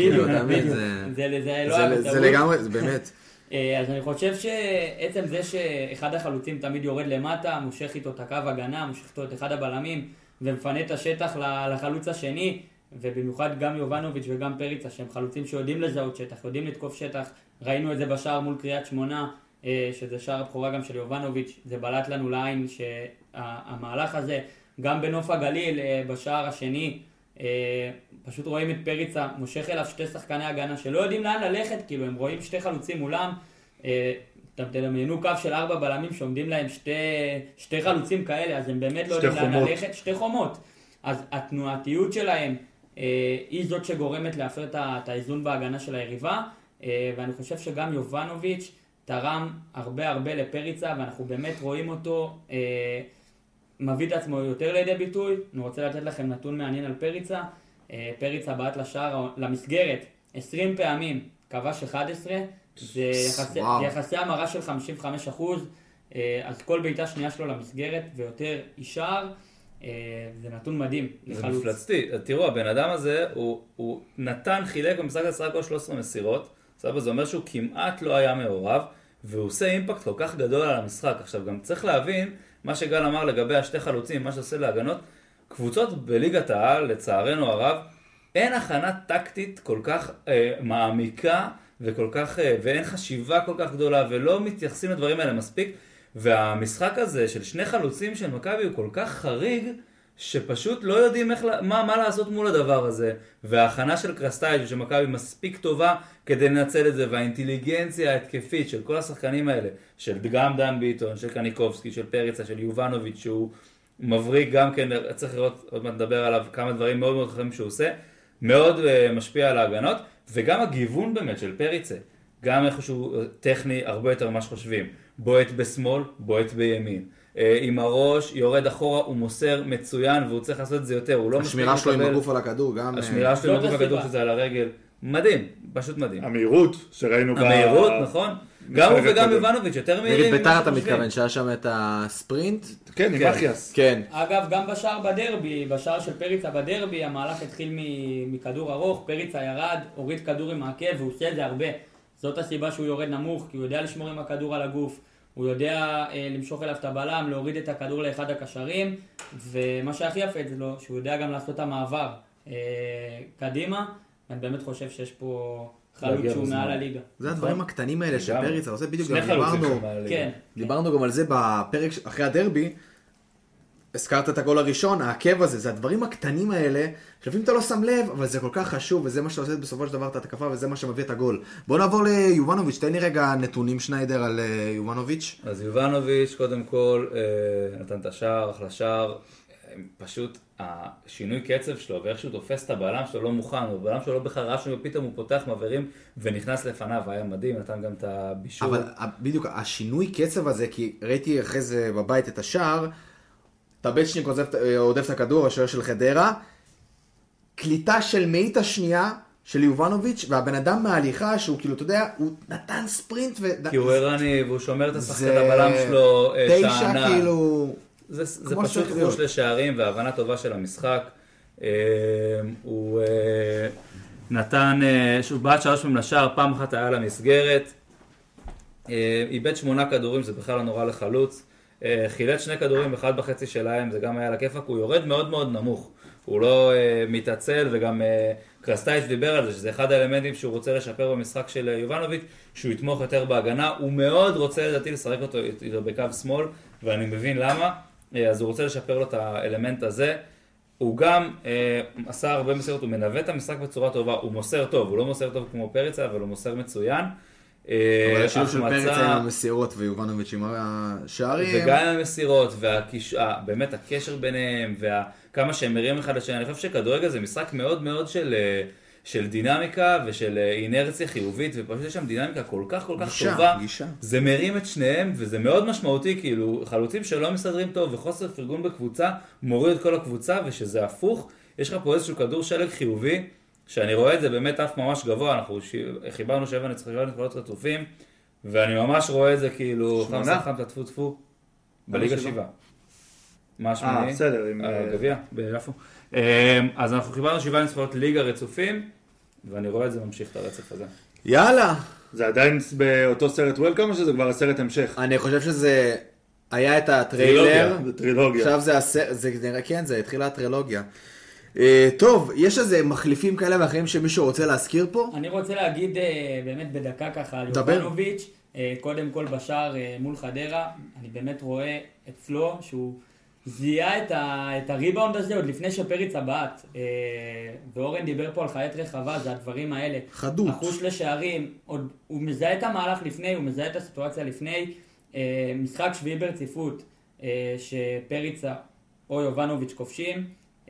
זה לגמרי, זה באמת. אז אני חושב שעצם זה שאחד החלוצים תמיד יורד למטה, מושך איתו את הקו הגנה, מושך איתו את אחד הבלמים, ומפנה את השטח לחלוץ השני, ובמיוחד גם יובנוביץ' וגם פריצה, שהם חלוצים שיודעים לזהות שטח, יודעים לתקוף שטח. ראינו את זה בשער מול קריית שמונה, שזה שער הבכורה גם של יובנוביץ', זה בלט לנו לעין שהמהלך הזה, גם בנוף הגליל, בשער השני, פשוט רואים את פריצה, מושך אליו שתי שחקני הגנה שלא יודעים לאן ללכת, כאילו הם רואים שתי חלוצים מולם, תדמיינו קו של 4 בלמים שעומדים להם שתי חלוצים כאלה, אז הם באמת לא יודעים לאן ללכת, שתי חומות. אז התנועתיות שלהם היא זאת שגורמת להפר את האיזון בהגנה של היריבה, ואני חושב שגם יובנוביץ' תרם הרבה לפריצה, ואנחנו באמת רואים אותו מביא את עצמו יותר לידי ביטוי. אני רוצה לתת לכם נתון מעניין על פריצה. פריצה בעט לשער, למסגרת, 20 פעמים, כבש 11, זה יחסי המרה של 55%, אז כל בעיטה שנייה שלו למסגרת ויותר אישר, זה נתון מדהים. זה מפלצתי. תראו, הבן אדם הזה, הוא נתן חילק במשחק הסרק או 13 מסירות, זה אומר שהוא כמעט לא היה מעורב, והוא עושה אימפקט כל כך גדול על המשחק. עכשיו גם צריך להבין, מה שגל אמר לגבי השתי חלוצים, מה שעושה להגנות, קבוצות בליגת העל, לצערנו הרב, אין הכנה טקטית כל כך מעמיקה וכל כך, ואין חשיבה כל כך גדולה, ולא מתייחסים לדברים האלה מספיק, והמשחק הזה של שני חלוצים של מכבי הוא כל כך חריג, שפשוט לא יודעים מה לעשות מול הדבר הזה, וההכנה של קרסטייג' של מכבי מספיק טובה כדי לנצל את זה, והאינטליגנציה ההתקפית של כל השחקנים האלה, של גם דן ביטון, של קניקובסקי, של פריצה, של יובנוביץ' שהוא מבריק גם כן, צריך לראות, עוד מעט נדבר עליו כמה דברים מאוד מאוד חכמים שהוא עושה, מאוד משפיע על ההגנות, וגם הגיוון באמת של פריצה, גם איכשהו טכני הרבה יותר ממה שחושבים, בועט בשמאל, בועט בימין. עם הראש, יורד אחורה, הוא מוסר מצוין, והוא צריך לעשות את זה יותר, הוא לא השמירה שלו עם הגוף על הכדור, גם... השמירה שלו עם הגוף על הכדור שזה על הרגל, מדהים, פשוט מדהים. המהירות שראינו המהירות, נכון. גם הוא וגם יובנוביץ' יותר מהירים. נגיד ביתר אתה מתכוון, שהיה שם את הספרינט? כן, עם אחיאס. כן. אגב, גם בשער בדרבי, בשער של פריצה בדרבי, המהלך התחיל מכדור ארוך, פריצה ירד, הוריד כדור עם העקב, והוא עושה את זה הרבה. זאת הסיבה שהוא יורד נמוך, כי הוא יודע לשמור עם הכדור על הגוף. הוא יודע למשוך אליו את הבלם, להוריד את הכדור לאחד הקשרים, ומה שהכי יפה זה לו, שהוא יודע גם לעשות את המעבר קדימה. אני באמת חושב שיש פה חלוץ שהוא מעל הליגה. זה הדברים הקטנים האלה שפריצה עושה, בדיוק גם דיברנו גם על זה בפרק אחרי הדרבי, הזכרת את הגול הראשון, העקב הזה, זה הדברים הקטנים האלה, שלפעמים אתה לא שם לב, אבל זה כל כך חשוב, וזה מה שעושה בסופו של דבר את התקפה, וזה מה שמביא את הגול. בואו נעבור ליובנוביץ', תן לי רגע נתונים שניידר על יובנוביץ'. אז יובנוביץ', קודם כל, נתן את השער, אחלה שער, פשוט השינוי קצב שלו ואיך שהוא תופס את הבלם שלו לא מוכן, הבלם שלו לא בחרב שלו, ופתאום הוא פותח מעברים ונכנס לפניו, היה מדהים, נתן גם את הבישור. אבל בדיוק, השינוי קצב הזה, כי ראיתי אחרי זה בבית את השער, טבצ'ניק עודף את הכדור, השוער של חדרה, קליטה של מאית השנייה של יובנוביץ', והבן אדם מההליכה שהוא כאילו, אתה יודע, הוא נתן ספרינט כי הוא ערני והוא שומר את השחקן הבלם שלו שענה. 9 כאילו... זה פשוט חוש לשערים והבנה טובה של המשחק. הוא נתן, שהוא בעט 3 פעמים לשער, פעם אחת היה למסגרת. איבד 8 כדורים, זה בכלל לא נורא לחלוץ. חילץ 2 כדורים, 1.5 שלהם, זה גם היה לכיפק. הוא יורד מאוד מאוד נמוך. הוא לא מתעצל, וגם קרסטייץ' דיבר על זה, שזה אחד האלמנטים שהוא רוצה לשפר במשחק של יובנוביץ', שהוא יתמוך יותר בהגנה. הוא מאוד רוצה לדעתי לשחק אותו בקו שמאל, ואני מבין למה. אז הוא רוצה לשפר לו את האלמנט הזה. הוא גם עשה הרבה מסירות, הוא מנווט את המשחק בצורה טובה, הוא מוסר טוב, הוא לא מוסר טוב כמו פריצה, אבל הוא מוסר מצוין. אבל השילוב של פריצה עם המסירות ויובנוביץ' עם השערים. וגם עם המסירות, באמת הקשר ביניהם, וכמה שהם מרים אחד לשני. אני חושב שכדורגל זה משחק מאוד מאוד של דינמיקה ושל אינרציה חיובית, ופשוט יש שם דינמיקה כל כך טובה. זה מרים את שניהם, וזה מאוד משמעותי, כאילו חלוצים שלא מסתדרים טוב וחוסר פרגון בקבוצה, מוריד את כל הקבוצה, ושזה הפוך. יש לך פה איזשהו כדור שלג חיובי, שאני רואה את זה באמת אף ממש גבוה, אנחנו חיברנו 7 נקודות רצופים, ואני ממש רואה את זה כאילו, חמסה טפו בליגה 7. מה שמוני? בסדר. גביע, ביפו. אז אנחנו חיברנו 7 נקודות ליגה רצופים, ואני רואה את זה ממשיך את הרצף הזה. יאללה. זה עדיין באותו סרט וולקאם או שזה כבר הסרט המשך? אני חושב שזה היה את הטריילר. זה טרילוגיה. עכשיו זה נראה, כן, זה התחילה הטרילוגיה. טוב, יש איזה מחליפים כאלה ואחרים שמישהו רוצה להזכיר פה? אני רוצה להגיד באמת בדקה ככה על יובנוביץ', קודם כל בשער מול חדרה, אני באמת רואה אצלו שהוא זיהה את הריבאונד הזה עוד לפני שפריצה בעט, ואורן דיבר פה על חיית רחבה, זה הדברים האלה. חדות. החוש לשערים, הוא מזהה את המהלך לפני, הוא מזהה את הסיטואציה לפני, משחק שביעי ברציפות, שפריצה או יובנוביץ' כובשים,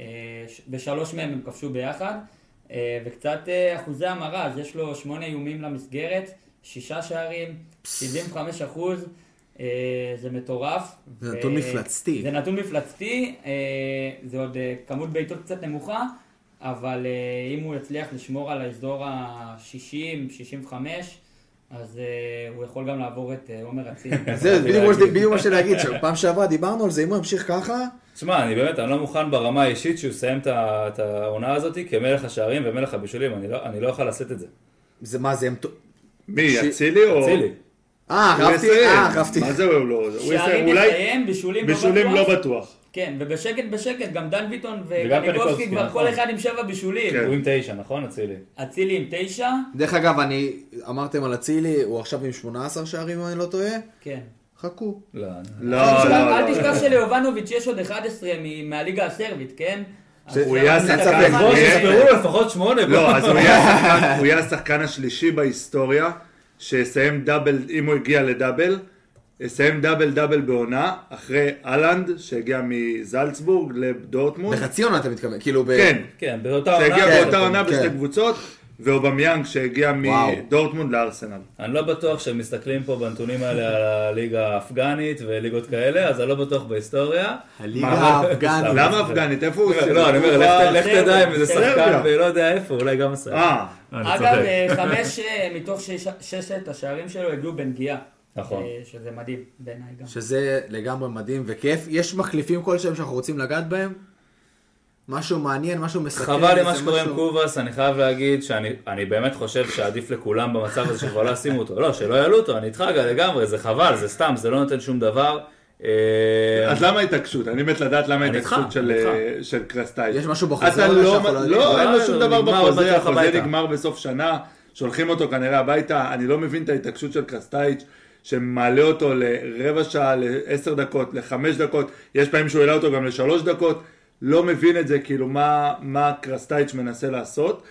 ב3 מהם הם כבשו ביחד, וקצת אחוזי המרה, אז יש לו 8 איומים למסגרת, 6 שערים, 75%, זה מטורף. זה נתון מפלצתי. זה נתון מפלצתי, זה עוד כמות בעיטות קצת נמוכה, אבל אם הוא יצליח לשמור על האזור ה-60, 65, אז הוא יכול גם לעבור את עומר אצילי. זה בדיוק מה שלהגיד, שפעם שעברה דיברנו על זה, אם הוא ימשיך ככה... תשמע, אני לא מוכן ברמה האישית שהוא יסיים את העונה הזאת כמלך השערים ומלך הבישולים, אני לא יכול לעשות את זה. זה מה זה? מי, אצילי או... אצילי. רבתי. מה זה הוא לא? שערים יסיים, בישולים לא בטוח. כן, ובשקט גם דן ביטון וקניקובסקי כבר כל אחד עם 7 בישולים. הוא עם 9, נכון, אצילי? אצילי עם 9. דרך אגב, אמרתם על אצילי, הוא עכשיו עם 18 שערים, אם אני לא טועה? כן. חכו. לא. אל תשכח שליובנוביץ' יש עוד 11 מהליגה הסרבית, כן? הוא יהיה השחקן... ספרו לפחות 8. לא, אז הוא יהיה השחקן השלישי בהיסטוריה, שיסיים דאבל, אם הוא הגיע לדאבל, יסיים דאבל בעונה, אחרי אלנד, שהגיע מזלצבורג לדורטמונד. בחצי עונה אתה מתכוון, כאילו כן, באותה עונה. שהגיע באותה עונה בשתי קבוצות, ואובמיאנג שהגיע מדורטמונד לארסנל. אני לא בטוח שהם מסתכלים פה בנתונים האלה על הליגה האפגנית וליגות כאלה, אז אני לא בטוח בהיסטוריה. הליגה האפגנית. למה אפגנית? איפה הוא? לא, אני אומר, לך תדע אם זה שחקן ולא יודע איפה, אולי גם עשה. אגב, 5 מתוך 6 השערים שלו הגיעו בנגיעה. נכון. שזה מדהים בעיניי גם. שזה לגמרי מדהים וכיף. יש מחליפים כלשהם שאנחנו רוצים לגעת בהם? משהו מעניין, משהו מסכן. חבל לי מה שקורה עם קובאס, אני חייב להגיד שאני באמת חושב שעדיף לכולם במצב הזה שכבר לא ישימו אותו. לא, שלא יעלו אותו, אני איתך לגמרי, זה חבל, זה סתם, זה לא נותן שום דבר. אז למה ההתעקשות? אני מת לדעת למה ההתעקשות של קרסטייץ'. יש משהו בחוזה? לא, אין לו שום דבר בחוזה, החוזה נגמר בסוף שנה, שולחים אותו כנראה הביתה, אני לא מבין את ההתעקשות של קרסטייץ' שמעלה אותו לרבע שעה, ל10 דקות, ל5 דקות, יש פעמים שהוא העלה אותו גם ל3 דקות, לא מבין את זה, כאילו מה קרסטייץ' מנסה לעשות.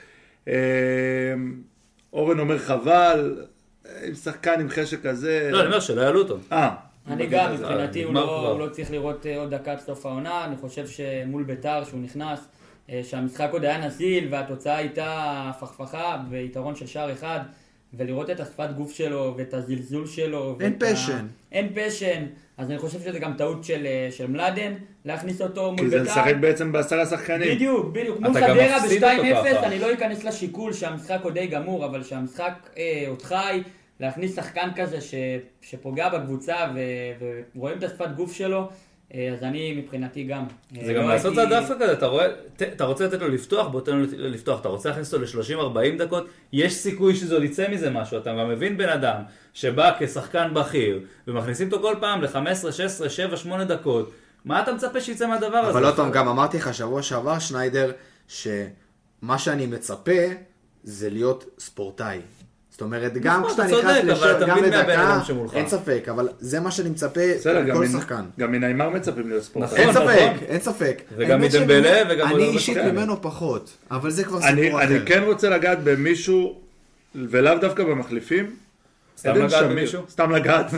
אורן אומר חבל, עם שחקן עם חשק כזה... לא, אני אומר שלא יעלו אותו. אני גם, מבחינתי הוא לא צריך לראות עוד דקה עד סוף העונה, אני חושב שמול ביתר שהוא נכנס, שהמשחק עוד היה נזיל והתוצאה הייתה פכפכה ביתרון של שער אחד, ולראות את השפת גוף שלו ואת הזלזול שלו. אין פשן. אז אני חושב שזה גם טעות של מלאדן, להכניס אותו מול ביתר. כי זה לשחק בעצם ב10 שחקנים. בדיוק. מול חדרה ב-2-0, אני לא אכנס לשיקול שהמשחק עוד די גמור, אבל שהמשחק עוד חי, להכניס שחקן כזה שפוגע בקבוצה ורואים את השפת גוף שלו, אז אני מבחינתי גם. זה גם לעשות את דווקא כזה, אתה רוצה לתת לו לפתוח, בוא תן לו לפתוח, אתה רוצה להכניס אותו ל-30-40 דקות, יש סיכוי שזה עוד יצא מזה משהו, אתה גם מבין בן אדם שבא כשחקן בכיר, ומכניסים אותו כל פעם ל-15, 16, 7, 8 דקות, מה אתה מצפה שיצא מהדבר הזה? אבל לא טוב, גם אמרתי לך שבוע שעבר, שניידר, שמה שאני מצפה זה להיות ספורטאי. זאת אומרת, גם כשאתה נכנס גם לדקה, אין ספק, אבל זה מה שאני מצפה כל שחקן. גם מניימר מצפים להיות ספורטאי. אין ספק. וגם מדמבלה וגם... אני אישית ממנו פחות, אבל זה כבר סיפור אחר. אני כן רוצה לגעת במישהו, ולאו דווקא במחליפים. סתם לגעת במישהו? סתם לגעת.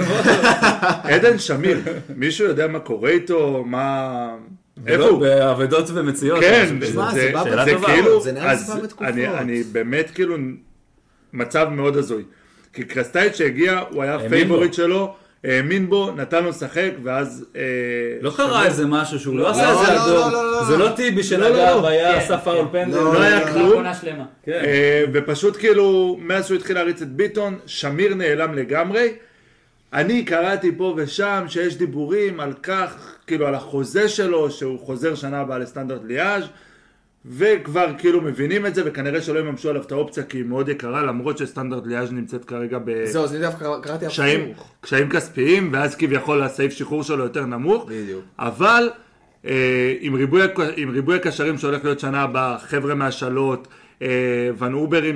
עדן שמיר, מישהו יודע מה קורה איתו, מה... איפה הוא? בעבדות ומציאות. כן, זה כאילו... זה נראה סבבה בתקופות. אני באמת כאילו... מצב מאוד הזוי. כי קרסטייץ' שהגיע, הוא היה פייבוריט שלו, האמין בו, נתן לו לשחק, ואז... לא קרה איזה משהו שהוא לא עשה איזה אדום. זה לא טיבי שנגע והיה עשה פאול פנדל. לא היה כלום. כן. ופשוט כאילו, מאז שהוא התחיל להריץ את ביטון, שמיר נעלם לגמרי. אני קראתי פה ושם שיש דיבורים על כך, כאילו על החוזה שלו, שהוא חוזר שנה הבאה לסטנדרט ליאז', וכבר כאילו מבינים את זה, וכנראה שלא יממשו עליו את האופציה, כי היא מאוד יקרה, למרות שסטנדרט ליאז' נמצאת כרגע זהו, אז אני דווקא קראתי קשיים כספיים, ואז כביכול הסעיף שחרור שלו יותר נמוך. בדיוק. אבל עם ריבוי הקשרים שהולך להיות שנה הבאה, חבר'ה מהשלות, ון אוברים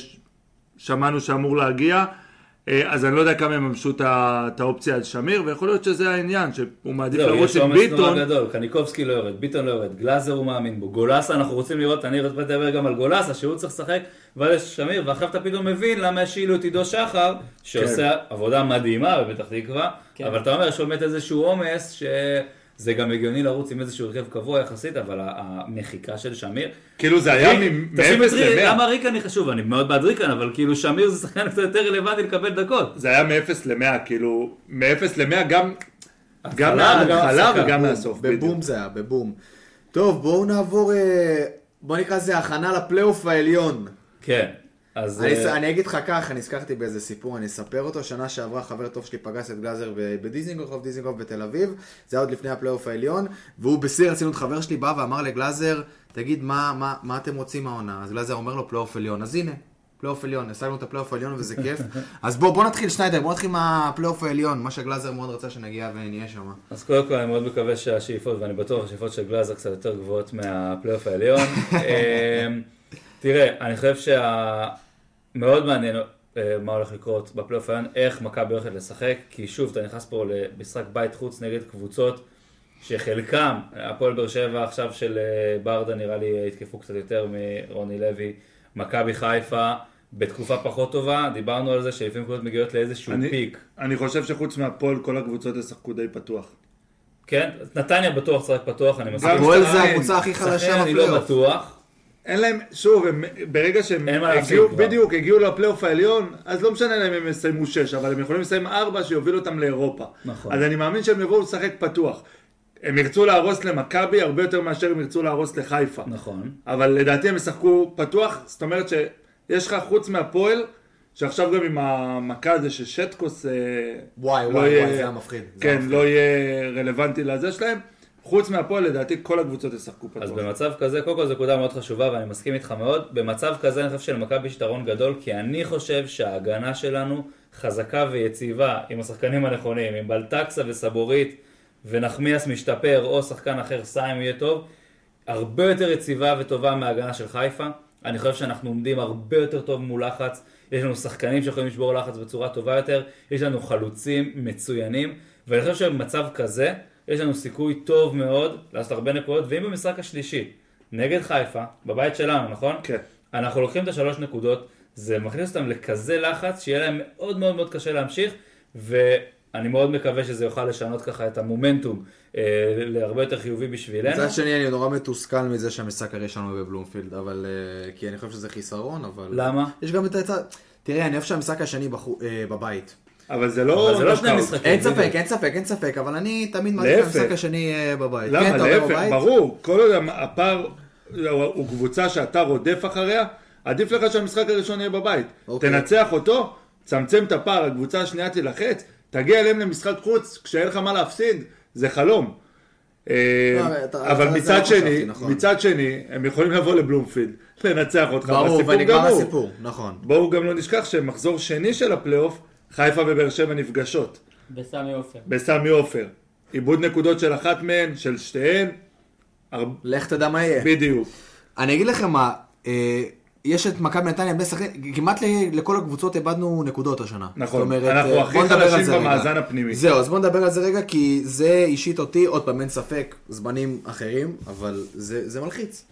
ששמענו שאמור להגיע, אז אני לא יודע כמה יממשו את האופציה על שמיר, ויכול להיות שזה העניין, שהוא מעדיף לרוץ את ביטון. יש נורא גדול, קניקובסקי לא יורד, ביטון לא יורד, גלאזר הוא מאמין בו, גולסה אנחנו רוצים לראות, אני רוצה לדבר גם על גולסה, שהוא צריך לשחק, ואז יש שמיר, ואחר אתה פתאום מבין למה השאילו את עידו שחר, שעושה עבודה מדהימה בפתח תקווה, אבל אתה אומר, יש באמת איזשהו עומס זה גם הגיוני לרוץ עם איזשהו הרכב קבוע יחסית, אבל המחיקה של שמיר... כאילו זה היה מ-0 ל-100. למה ריקן היא חשוב? אני מאוד בעד ריקן, אבל כאילו שמיר זה שחקן קצת יותר רלוונטי לקבל דקות. זה היה מ-0 ל-100, כאילו, מ-0 ל-100 גם מההתחלה וגם מהסוף. בבום זה היה, בבום. טוב, בואו נעבור, בואו נקרא זה הכנה לפלייאוף העליון. כן. אז... אני אגיד לך כך, אני הזכרתי באיזה סיפור, אני אספר אותו, שנה שעברה חבר טוב שלי פגש את גלאזר בדיזינגוף בתל אביב, זה היה עוד לפני הפלייאוף העליון, והוא בשיא הרצינות חבר שלי בא ואמר לגלאזר, תגיד מה אתם רוצים מהעונה? אז גלאזר אומר לו פלייאוף עליון, אז הנה, פלייאוף עליון, השגנו את הפלייאוף העליון וזה כיף, אז בוא נתחיל שניידר, בוא נתחיל מהפלייאוף העליון, מה שגלאזר מאוד רצה שנגיע ונהיה שם. אז קודם כל אני מאוד מקווה שהשאיפות, ואני בטוח השאיפות של גלאזר קצת יותר גבוהות מהפלייאוף העליון. תראה, אני חושב מאוד מעניין מה הולך לקרות בפלייאוף העליון, איך מכבי הולכת לשחק, כי שוב, אתה נכנס פה למשחק בית חוץ נגד קבוצות שחלקם, הפועל באר שבע עכשיו של ברדה נראה לי התקפו קצת יותר מרוני לוי, מכבי חיפה בתקופה פחות טובה, דיברנו על זה שלפעמים קבוצות מגיעות לאיזשהו פיק. אני חושב שחוץ מהפועל כל הקבוצות ישחקו די פתוח. כן, נתניה בטוח צריך פתוח, אני מסכים. הפועל זה הקבוצה הכי חלשה בפלייאוף. אני לא בטוח. אין להם, שוב, ברגע שהם הגיעו לפלייאוף העליון, אז לא משנה להם אם הם יסיימו 6, אבל הם יכולים לסיים 4 שיובילו אותם לאירופה. נכון. אז אני מאמין שהם יבואו לשחק פתוח. הם ירצו להרוס למכבי הרבה יותר מאשר הם ירצו להרוס לחיפה. נכון. אבל לדעתי הם ישחקו פתוח, זאת אומרת שיש לך חוץ מהפועל, שעכשיו גם עם המכה הזה ששטקוס וואי, זה היה מפחיד. כן, לא יהיה רלוונטי לזה שלהם. חוץ מהפועל, לדעתי, כל הקבוצות ישחקו פתוח. אז במצב כזה, קודם כל זו נקודה מאוד חשובה, ואני מסכים איתך מאוד. במצב כזה, אני חושב שלמכבי יש יתרון גדול, כי אני חושב שההגנה שלנו חזקה ויציבה, עם השחקנים הנכונים, עם בלטקסה וסבורית, ונחמיאס משתפר, או שחקן אחר, סיים יהיה טוב, הרבה יותר יציבה וטובה מההגנה של חיפה. אני חושב שאנחנו עומדים הרבה יותר טוב מול לחץ, יש לנו שחקנים שיכולים לשבור לחץ בצורה טובה יותר, יש לנו חלוצים מצוינים, ואני חושב שבמצב כזה, יש לנו סיכוי טוב מאוד לעשות הרבה נקודות, ואם במשחק השלישי, נגד חיפה, בבית שלנו, נכון? כן. אנחנו לוקחים את 3 נקודות, זה מכניס אותם לכזה לחץ, שיהיה להם מאוד מאוד מאוד קשה להמשיך, אני מאוד מקווה שזה יוכל לשנות ככה את המומנטום להרבה יותר חיובי בשבילנו. מצד שני אני נורא מתוסכל מזה שהמשחק הראשון הוא בבלומפילד, אבל כי אני חושב שזה חיסרון, אבל... למה? יש גם את הצד... תראה, אני אוהב שהמשחק השני בבית. אבל זה לא שני משחקים. אין ספק, אבל אני תמיד מעדיף שהמשחק השני בבית. למה? להפך, ברור. כל עוד הפער הוא קבוצה שאתה רודף אחריה, עדיף לך שהמשחק הראשון יהיה בבית. תנצח אותו, צמצם את הפער, הקבוצה השנייה תלחץ, תגיע אליהם למשחק חוץ, כשאין לך מה להפסיד, זה חלום. אבל מצד שני, הם יכולים לבוא לבלומפילד, לנצח אותך, ברור, ונגמר הסיפור, נכון. בואו גם לא נשכח שמחזור שני של הפלייאוף, חיפה ובאר שבע נפגשות. בסמי עופר. איבוד נקודות של אחת מהן, של שתיהן. לך תדע מה יהיה. בדיוק. אני אגיד לכם מה, יש את מכבי נתניה, כמעט לכל הקבוצות איבדנו נקודות השנה. נכון, אנחנו הכי חלשים במאזן הפנימי. זהו, אז בואו נדבר על זה רגע, כי זה אישית אותי, עוד פעם אין ספק, זמנים אחרים, אבל זה מלחיץ.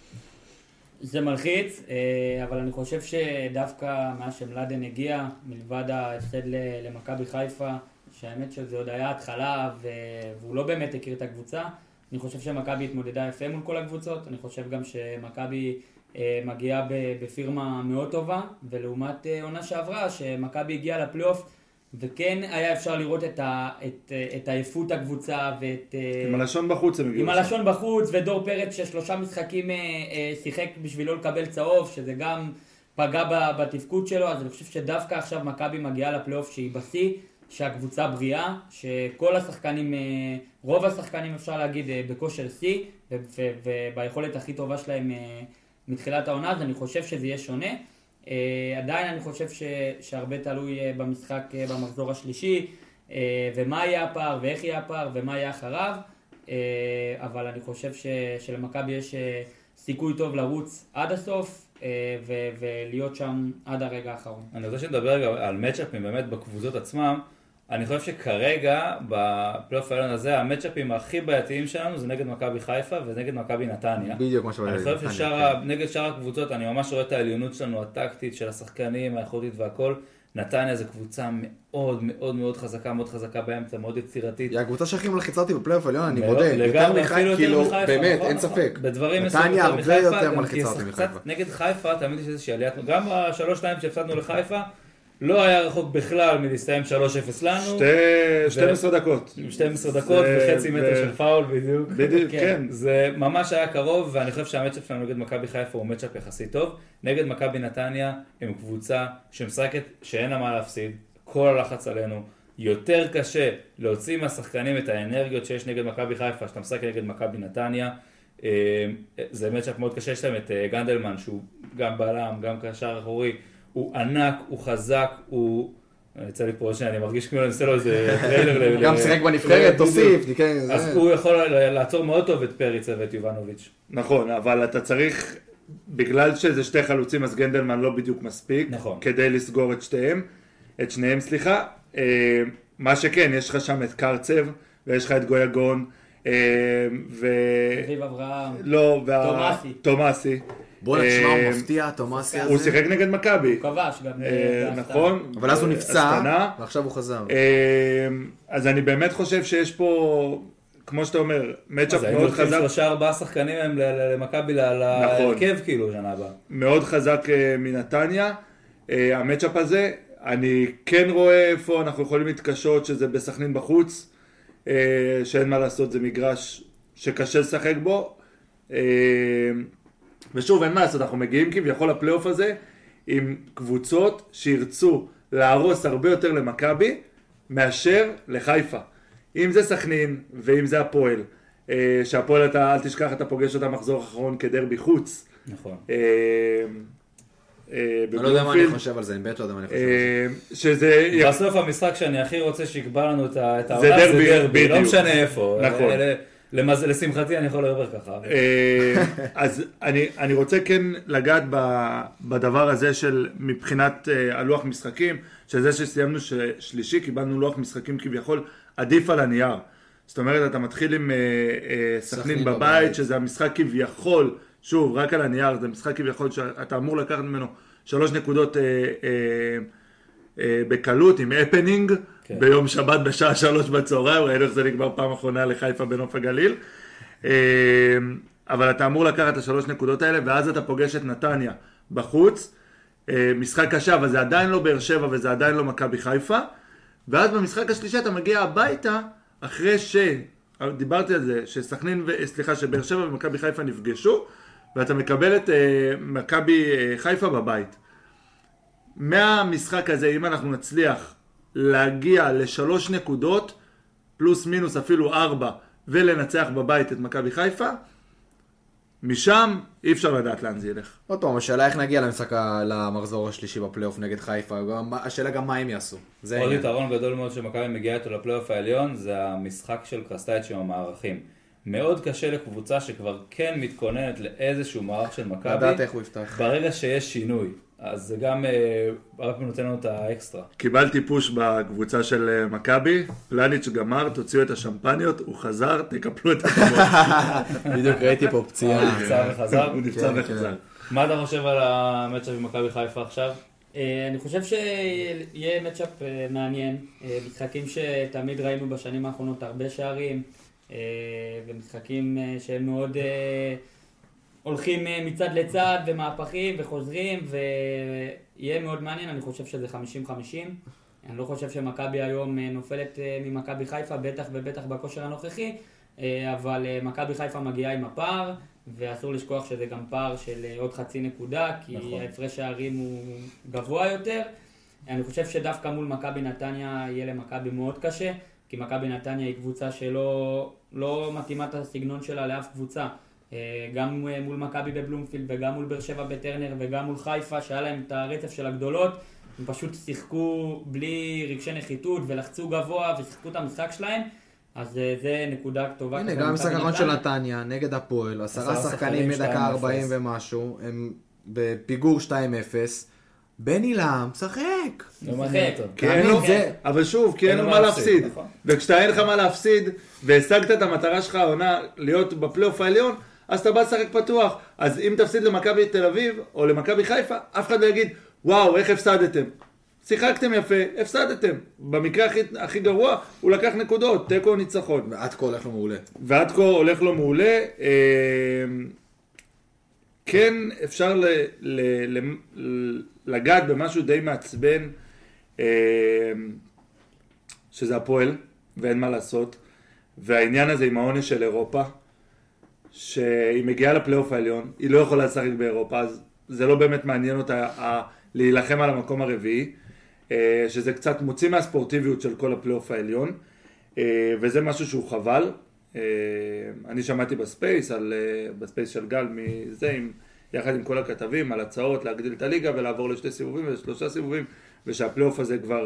זה מלחיץ, אבל אני חושב שדווקא מה שמלאדן הגיע, מלבד ההפסד למכבי חיפה, שהאמת שזה עוד היה התחלה, והוא לא באמת הכיר את הקבוצה, אני חושב שמכבי התמודדה יפה מול כל הקבוצות, אני חושב גם שמכבי מגיעה בפירמה מאוד טובה, ולעומת עונה שעברה, שמכבי הגיעה לפלייאוף, וכן היה אפשר לראות את עייפות הקבוצה ואת... עם הלשון בחוץ הם הגיעו. עם הלשון בחוץ, ודור פרץ ששלושה משחקים שיחק בשביל לא לקבל צהוב, שזה גם פגע בתפקוד שלו, אז אני חושב שדווקא עכשיו מכבי מגיעה לפלייאוף שהיא בשיא, שהקבוצה בריאה, שכל השחקנים, רוב השחקנים אפשר להגיד בכושר שיא, וביכולת הכי טובה שלהם מתחילת העונה, אז אני חושב שזה יהיה שונה. עדיין אני חושב שהרבה תלוי במשחק במחזור השלישי, ומה יהיה הפער ואיך יהיה הפער ומה יהיה אחריו, אבל אני חושב שלמכבי יש סיכוי טוב לרוץ עד הסוף ולהיות שם עד הרגע האחרון. אני רוצה שנדבר על מצ'אפים באמת בקבוצות עצמם. אני חושב שכרגע בפלייאוף העליון הזה המצ'אפים הכי בעייתיים שלנו זה נגד מכבי חיפה ונגד מכבי נתניה. בדיוק מה שבא. אני חושב שנגד שאר הקבוצות אני ממש רואה את העליונות שלנו הטקטית של השחקנים, האיכותית והכל. נתניה זו קבוצה מאוד מאוד מאוד חזקה, מאוד חזקה באמצע, מאוד יצירתית. היא הקבוצה שהכי מלחיצה אותי בפלייאוף העליון, אני מודה. לגמרי, אפילו יותר מחיפה. באמת, אין ספק. בדברים נתניה הרבה יותר מלחיצה אותי מחיפה. נגד חיפה, תמיד יש איזושהי עליית, גם ב3-2 שהפסדנו לחיפה, לא היה רחוק בכלל מלהסתיים 3-0 לנו. 12 דקות. 12 דקות וחצי מטר של פאול בדיוק. בדיוק, כן. זה ממש היה קרוב, ואני חושב שהמצ'אפ שלנו נגד מכבי חיפה הוא מצ'אפ יחסית טוב. נגד מכבי נתניה הם קבוצה שמשחקת שאין לה מה להפסיד, כל הלחץ עלינו. יותר קשה להוציא מהשחקנים את האנרגיות שיש נגד מכבי חיפה, שאתה משחק נגד מכבי נתניה. זה מצ'אפ מאוד קשה, יש להם את גנדלמן, שהוא גם בלם, גם קשר אחורי. הוא ענק, הוא חזק, הוא... יצא לי פה שאני מרגיש כמו אני עושה לו איזה טריילר. גם שיחק בנבחרת, תוסיף. אז הוא יכול לעצור מאוד טוב את פריצה ואת יובנוביץ'. נכון, אבל אתה צריך, בגלל שזה שתי חלוצים, אז גנדלמן לא בדיוק מספיק. נכון. כדי לסגור את שניהם. מה שכן, יש לך שם את קרצב, ויש לך את גויגון, אביב אברהם. לא, תומאסי. בוא נשמע, הוא מפתיע, תומאסי הזה. הוא שיחק נגד מכבי. הוא כבש גם. נכון. אבל אז הוא נפצע, ועכשיו הוא חזר. אז אני באמת חושב שיש פה, כמו שאתה אומר, מצ'אפ מאוד חזק. אז היינו 3-4 שחקנים הם למכבי להרכב כאילו שנה הבאה. מאוד חזק מנתניה. המצ'אפ הזה, אני כן רואה איפה אנחנו יכולים להתקשות, שזה בסכנין בחוץ, שאין מה לעשות, זה מגרש שקשה לשחק בו. ושוב, אין מה לעשות, אנחנו מגיעים כביכול לפלייאוף הזה עם קבוצות שירצו להרוס הרבה יותר למכבי מאשר לחיפה. אם זה סכנין ואם זה הפועל, שהפועל אתה, אל תשכח, אתה פוגש אותה מחזור אחרון כדרבי חוץ. נכון. אני לא יודע מה אני חושב על זה, אני באמת לא יודע מה אני חושב על זה. בסוף המשחק שאני הכי רוצה שיקבע לנו את העונה זה דרבי, לא משנה איפה. נכון. לשמחתי אני יכול לדבר ככה. אז אני רוצה כן לגעת בדבר הזה של מבחינת הלוח משחקים, שזה שסיימנו שלישי, קיבלנו לוח משחקים כביכול עדיף על הנייר. זאת אומרת, אתה מתחיל עם סכנין בבית, שזה המשחק כביכול, שוב, רק על הנייר, זה משחק כביכול שאתה אמור לקחת ממנו 3 נקודות בקלות עם הפנינג, ביום שבת בשעה 3 בצהריים, ראינו איך זה נגמר פעם אחרונה לחיפה בנוף הגליל. אבל אתה אמור לקחת את 3 נקודות האלה, ואז אתה פוגש את נתניה בחוץ, משחק קשה, אבל זה עדיין לא באר שבע וזה עדיין לא מכבי חיפה, ואז במשחק השלישי אתה מגיע הביתה, אחרי דיברתי על זה, שבאר שבע ומכבי חיפה נפגשו, ואתה מקבל את מכבי חיפה בבית. מהמשחק הזה, אם אנחנו נצליח להגיע ל3 נקודות, פלוס מינוס אפילו 4, ולנצח בבית את מכבי חיפה, משם אי אפשר לדעת לאן זה ילך. עוד פעם, השאלה איך נגיע למחזור השלישי בפלייאוף נגד חיפה, השאלה גם מה הם יעשו. עוד יתרון גדול מאוד שמכבי מגיעה איתו לפלייאוף העליון, זה המשחק של קרסטייץ' עם המערכים. מאוד קשה לקבוצה שכבר כן מתכוננת לאיזשהו מערך של מכבי. לדעת איך הוא יפתח. ברגע שיש שינוי. אז זה גם רק נותן לנו את האקסטרה. קיבלתי פוש בקבוצה של מכבי, פלניץ' גמר, תוציאו את השמפניות, הוא חזר, תקפלו את הכבוד. בדיוק ראיתי פה פציעה. הוא נפצע וחזר. הוא נפצע וחזר. מה אתה חושב על המצ'אפ עם מכבי חיפה עכשיו? אני חושב שיהיה מצ'אפ מעניין, משחקים שתמיד ראינו בשנים האחרונות הרבה שערים, ומשחקים שהם מאוד הולכים מצד לצד ומהפכים וחוזרים, ויהיה מאוד מעניין. אני חושב שזה 50-50. אני לא חושב שמכבי היום נופלת ממכבי חיפה, בטח ובטח בכושר הנוכחי, אבל מכבי חיפה מגיעה עם הפער, ואסור לשכוח שזה גם פער של עוד 0.5 נקודה, כי ההפרש הערים הוא גבוה יותר. אני חושב שדווקא מול מכבי נתניה יהיה למכבי מאוד קשה, כי מכבי נתניה היא קבוצה שלא מתאימה את הסגנון שלה לאף קבוצה. גם מול מכבי בבלומפילד וגם מול באר שבע בטרנר וגם מול חיפה, שהיה להם את הרצף של הגדולות, הם פשוט שיחקו בלי רגשי נחיתות ולחצו גבוה ושיחקו את המשחק שלהם. אז זה נקודה טובה. הנה, גם המשחק האחרון של נתניה נגד הפועל, 10 שחקנים מדקה 40 ומשהו, הם בפיגור 2-0, בני להם, שחק. אבל שוב, כי אין לו מה להפסיד. וכשאתה אין לך מה להפסיד, והשגת את המטרה שלך העונה להיות בפלייאוף העליון, אז אתה בא לשחק פתוח. אז אם תפסיד למכבי תל אביב או למכבי חיפה, אף אחד לא יגיד, וואו, איך הפסדתם? שיחקתם יפה, הפסדתם. במקרה הכי גרוע, הוא לקח נקודות, תיקו או ניצחון. ועד כה הולך לו מעולה. ועד כה הולך לו מעולה. כן, אפשר לגעת במשהו די מעצבן, שזה הפועל, ואין מה לעשות. והעניין הזה עם העונש של אירופה, שהיא מגיעה לפלייאוף העליון, היא לא יכולה לשחק באירופה, אז זה לא באמת מעניין אותה להילחם על המקום הרביעי, שזה קצת מוציא מהספורטיביות של כל הפלייאוף העליון, וזה משהו שהוא חבל. אני שמעתי בספייס של גל מזה, יחד עם כל הכתבים, על הצעות להגדיל את הליגה ולעבור ל2 סיבובים ול3 סיבובים, ושהפלייאוף הזה כבר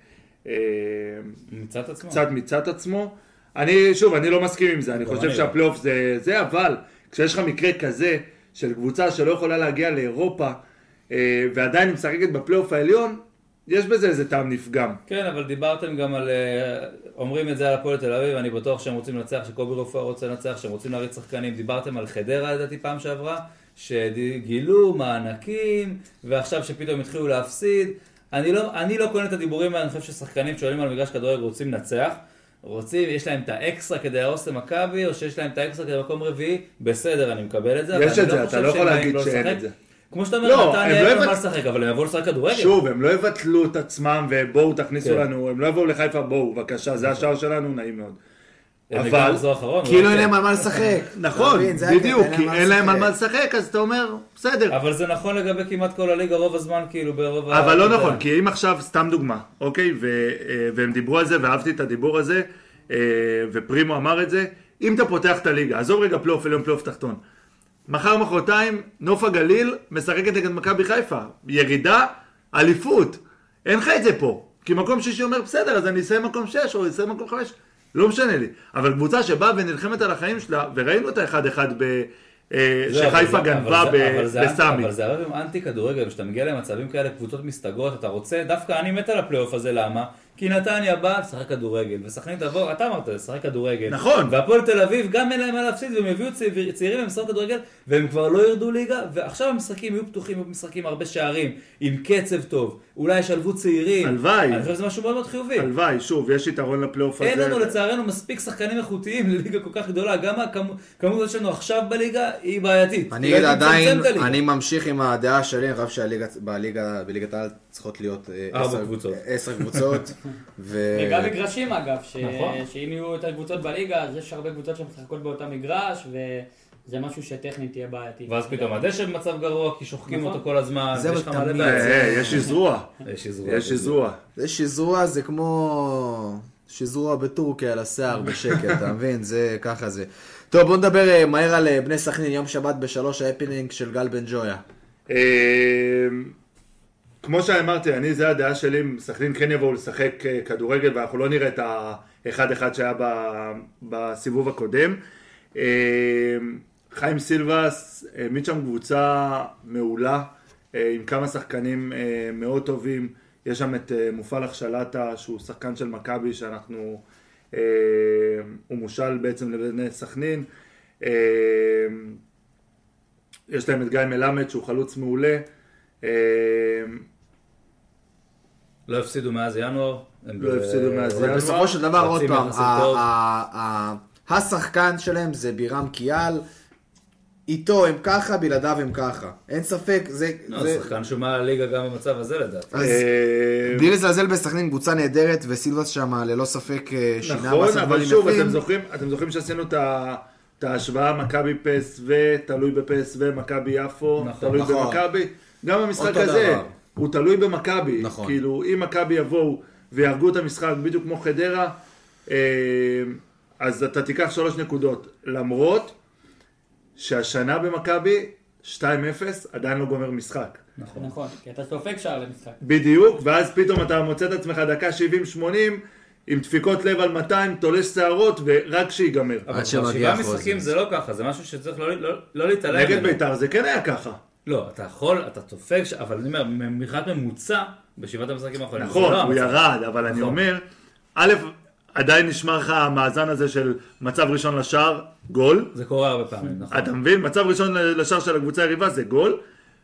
קצת מצאת עצמו. אני לא מסכים עם זה, אני חושב שהפלייאוף זה, אבל כשיש לך מקרה כזה של קבוצה שלא יכולה להגיע לאירופה, ועדיין משחקת בפלייאוף העליון, יש בזה איזה טעם נפגם. כן, אבל דיברתם גם על, אומרים את זה על הפועל תל אביב, אני בטוח שהם רוצים לנצח, שקובי רופא רוצה לנצח, שהם רוצים להריץ שחקנים. דיברתם על חדרה לדעתי פעם שעברה, שגילו מענקים, ועכשיו שפתאום התחילו להפסיד. אני לא קונה את הדיבורים, אני חושב ששחקנים שעולים על מגרש כדורגל רוצים לנצח, יש להם את האקסטרה כדי להרוס למכבי, או שיש להם את האקסטרה כדי למקום רביעי, בסדר, אני מקבל את זה. יש את זה, אתה לא יכול להגיד שאין את זה. כמו שאתה אומר, נתניה אין מה לשחק, אבל הם יבואו לשחק כדורגל. שוב, הם לא יבטלו את עצמם ובואו תכניסו לנו, הם לא יבואו לחיפה, בואו, בבקשה, זה השער שלנו, נעים מאוד. אבל, כאילו אין להם על מה לשחק. נכון, בדיוק, כי אין להם על מה לשחק, אז אתה אומר, בסדר. אבל זה נכון לגבי כמעט כל הליגה, רוב הזמן, כאילו, ברוב אבל לא נכון, כי אם עכשיו, סתם דוגמה, אוקיי, והם דיברו על זה, ואהבתי את הדיבור הזה, ופרימו אמר את זה, אם אתה פותח את הליגה, עזוב רגע פלייאוף עליון, פלייאוף תחתון. מחר מחרתיים, נוף הגליל משחקת נגד מכבי חיפה. ירידה, אליפות. אין לך את זה פה. כי מקום 6 אומר, בסדר, אז אני אסיים מקום 6 או אסיים מקום 5. לא משנה לי. אבל קבוצה שבאה ונלחמת על החיים שלה, וראינו את ה-1-1 שחיפה גנבה בסמי. אבל זה הרבה עם אנטי כדורגל, כשאתה מגיע למצבים כאלה, קבוצות מסתגרות, אתה רוצה, דווקא אני מת על הפלייאוף הזה, למה? כי נתניה באה לשחק כדורגל, וסכנין תבוא, אתה אמרת, לשחק כדורגל. נכון. והפועל תל אביב גם אין להם מה להפסיד, והם הביאו צעירים למשחק כדורגל, והם כבר לא ירדו ליגה, ועכשיו המשחקים יהיו פתוחים, יהיו משחקים הרבה שערים, עם קצב טוב, אולי ישלבו צעירים. הלוואי. אני חושב שזה משהו מאוד מאוד חיובי. הלוואי, שוב, יש יתרון לפלייאוף הזה. אין לנו לצערנו מספיק שחקנים איכותיים לליגה כל כך גדולה, גם הכמות שלנו עכשיו בליגה היא בעייתית. אני עדיין, אני ממשיך עם הדעה שלי, אני חושב שבליגת העל צריכות להיות 10 קבוצות. וגם מגרשים אגב, שאם יהיו יותר קבוצות בליגה, אז יש הרבה קבוצות שמשחקות באותה מגרש, וזה משהו שטכנית תהיה בעייתי. ואז פתאום הדשא במצב גרוע, כי שוחקים אותו כל הזמן, יש לך מלא בעיה. יש שזרוע. יש שזרוע. זה שזרוע, זה כמו שזרוע בטורקיה על השיער בשקט, אתה מבין? זה ככה זה. טוב, בוא נדבר מהר על בני סכנין, יום שבת ב3 ההפנינג של גל בן ג'ויה. כמו שאמרתי, זה הדעה שלי, סכנין כן יבואו לשחק כדורגל, ואנחנו לא נראה את ה-1-1 שהיה בסיבוב הקודם. חיים סילבס, שם קבוצה מעולה, עם כמה שחקנים מאוד טובים. יש שם את מופלח שלטה, שהוא שחקן של מכבי, הוא מושל בעצם לבני סכנין. יש להם את גיא מלמד, שהוא חלוץ מעולה. לא הפסידו מאז ינואר. בסופו של דבר, עוד פעם, השחקן שלהם זה בירם קיאל, איתו הם ככה, בלעדיו הם ככה. אין ספק, זה... שחקן שומע לליגה גם במצב הזה לדעת. אז בלי לזלזל בסכנין, קבוצה נהדרת, וסילבס שם ללא ספק שינה. נכון, אבל שוב, אתם זוכרים שעשינו את ההשוואה מכבי PSV, תלוי ב-PSV, מכבי יפו, תלוי במכבי. גם המשחק הזה, הוא תלוי במכבי. כאילו, אם מכבי יבואו ויהרגו את המשחק בדיוק כמו חדרה, אז אתה תיקח 3 נקודות. למרות שהשנה במכבי 2-0 עדיין לא גומר משחק. נכון, כי אתה סופג שער למשחק. בדיוק, ואז פתאום אתה מוצא את עצמך דקה 70-80, עם דפיקות לב על 200, תולש שערות, ורק שיגמר. אבל 7 משחקים זה לא ככה, זה משהו שצריך לא להתעלם. נגד בית"ר זה כן היה ככה. לא, אתה יכול, אתה תופג, אבל אני אומר, מבחינת ממוצע, בשבעת המשחקים האחרונים. נכון, הוא ירד, אבל אני אומר, א', עדיין נשמר לך המאזן הזה של מצב ראשון לשער, גול. זה קורה הרבה פעמים, נכון. אתה מבין? מצב ראשון לשער של הקבוצה היריבה זה גול,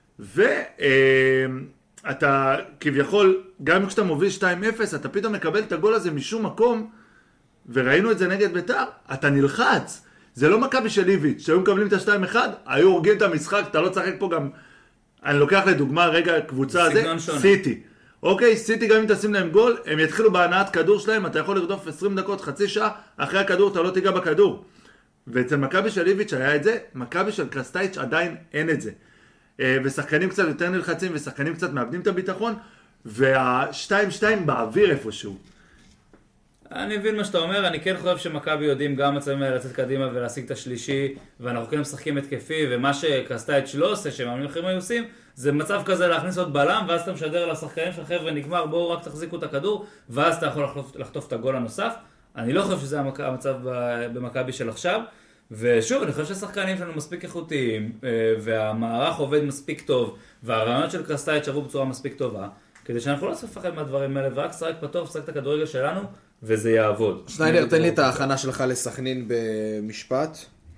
ואתה כביכול, גם כשאתה מוביל 2-0, אתה פתאום מקבל את הגול הזה משום מקום, וראינו את זה נגד בית"ר, אתה נלחץ. זה לא מכבי של איביץ', שהיו מקבלים את ה-2-1, היו הורגים את המשחק, אתה לא צחק פה גם, אני לוקח לדוגמה רגע קבוצה הזה, סיטי. אוקיי, סיטי גם אם תשים להם גול, הם יתחילו בהנעת כדור שלהם, אתה יכול לרדוף 20 דקות, חצי שעה, אחרי הכדור אתה לא תיגע בכדור. ואצל מכבי של איביץ' היה את זה, מכבי של קרסטייץ' עדיין אין את זה. ושחקנים קצת יותר נלחצים, ושחקנים קצת מאבדים את הביטחון, וה-2-2 באוויר איפשהו. אני מבין מה שאתה אומר, אני כן חושב שמכבי יודעים גם מצבים לצאת קדימה ולהשיג את השלישי, ואנחנו כן משחקים התקפי, ומה שקרסטייץ' לא עושה, שמאמנים אחרים היו עושים, זה מצב כזה להכניס עוד בלם, ואז אתה משדר לשחקנים של חבר'ה נגמר, בואו רק תחזיקו את הכדור, ואז אתה יכול לחטוף את הגול הנוסף. אני לא חושב שזה המצב במכבי של עכשיו, ושוב, אני חושב שהשחקנים שלנו מספיק איכותיים, והמערך עובד מספיק טוב, והרעיונות של קרסטייץ' עברו בצורה מספיק טובה, כדי שאנחנו לא נפחד מהדברים האלה, ורק שחק פתוח, שחק את הכדורגל שלנו, וזה יעבוד. שניידר, תן לי את ההכנה שלך לסכנין במשפט.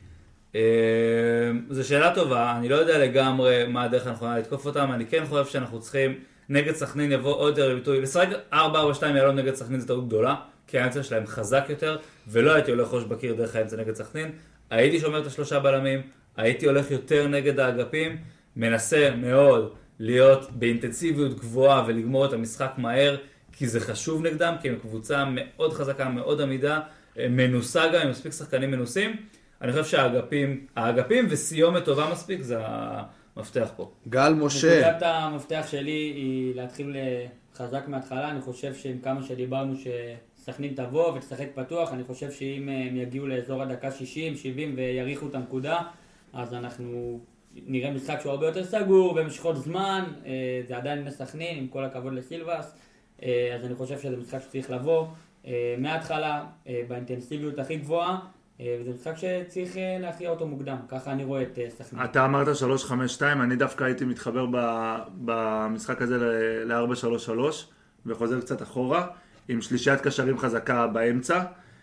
זו שאלה טובה, אני לא יודע לגמרי מה הדרך הנכונה לתקוף אותם, אני כן חושב שאנחנו צריכים, נגד סכנין יבוא עוד יותר לביטוי, לשחק 4-4-2 יעלון נגד סכנין זה טעות גדולה, כי האמצע שלהם חזק יותר, ולא הייתי הולך ראש בקיר דרך האמצע נגד סכנין, הייתי שומר את 3 בלמים, הייתי הולך יותר נגד האגפים, מנסה מאוד להיות באינטנסיביות גבוהה ולגמור את המשחק מהר, כי זה חשוב נגדם, כי הם קבוצה מאוד חזקה, מאוד עמידה, מנוסה גם, עם מספיק שחקנים מנוסים. אני חושב שהאגפים וסיומת טובה מספיק, זה המפתח פה. גל משה. נקודת המפתח שלי היא להתחיל חזק מההתחלה, אני חושב שעם כמה שדיברנו שסכנין תבוא ותשחק פתוח, אני חושב שאם הם יגיעו לאזור הדקה 60-70 ויריחו את הנקודה, אז אנחנו נראה משחק שהוא הרבה יותר סגור, במשכות זמן, זה עדיין מסכנין, עם כל הכבוד לסילבס, אז אני חושב שזה משחק שצריך לבוא מההתחלה, באינטנסיביות הכי גבוהה, וזה משחק שצריך להכריע אותו מוקדם, ככה אני רואה את סכנין. אתה אמרת 3-5-2, אני דווקא הייתי מתחבר במשחק הזה ל-4-3-3, וחוזר קצת אחורה. עם שלישיית קשרים חזקה באמצע,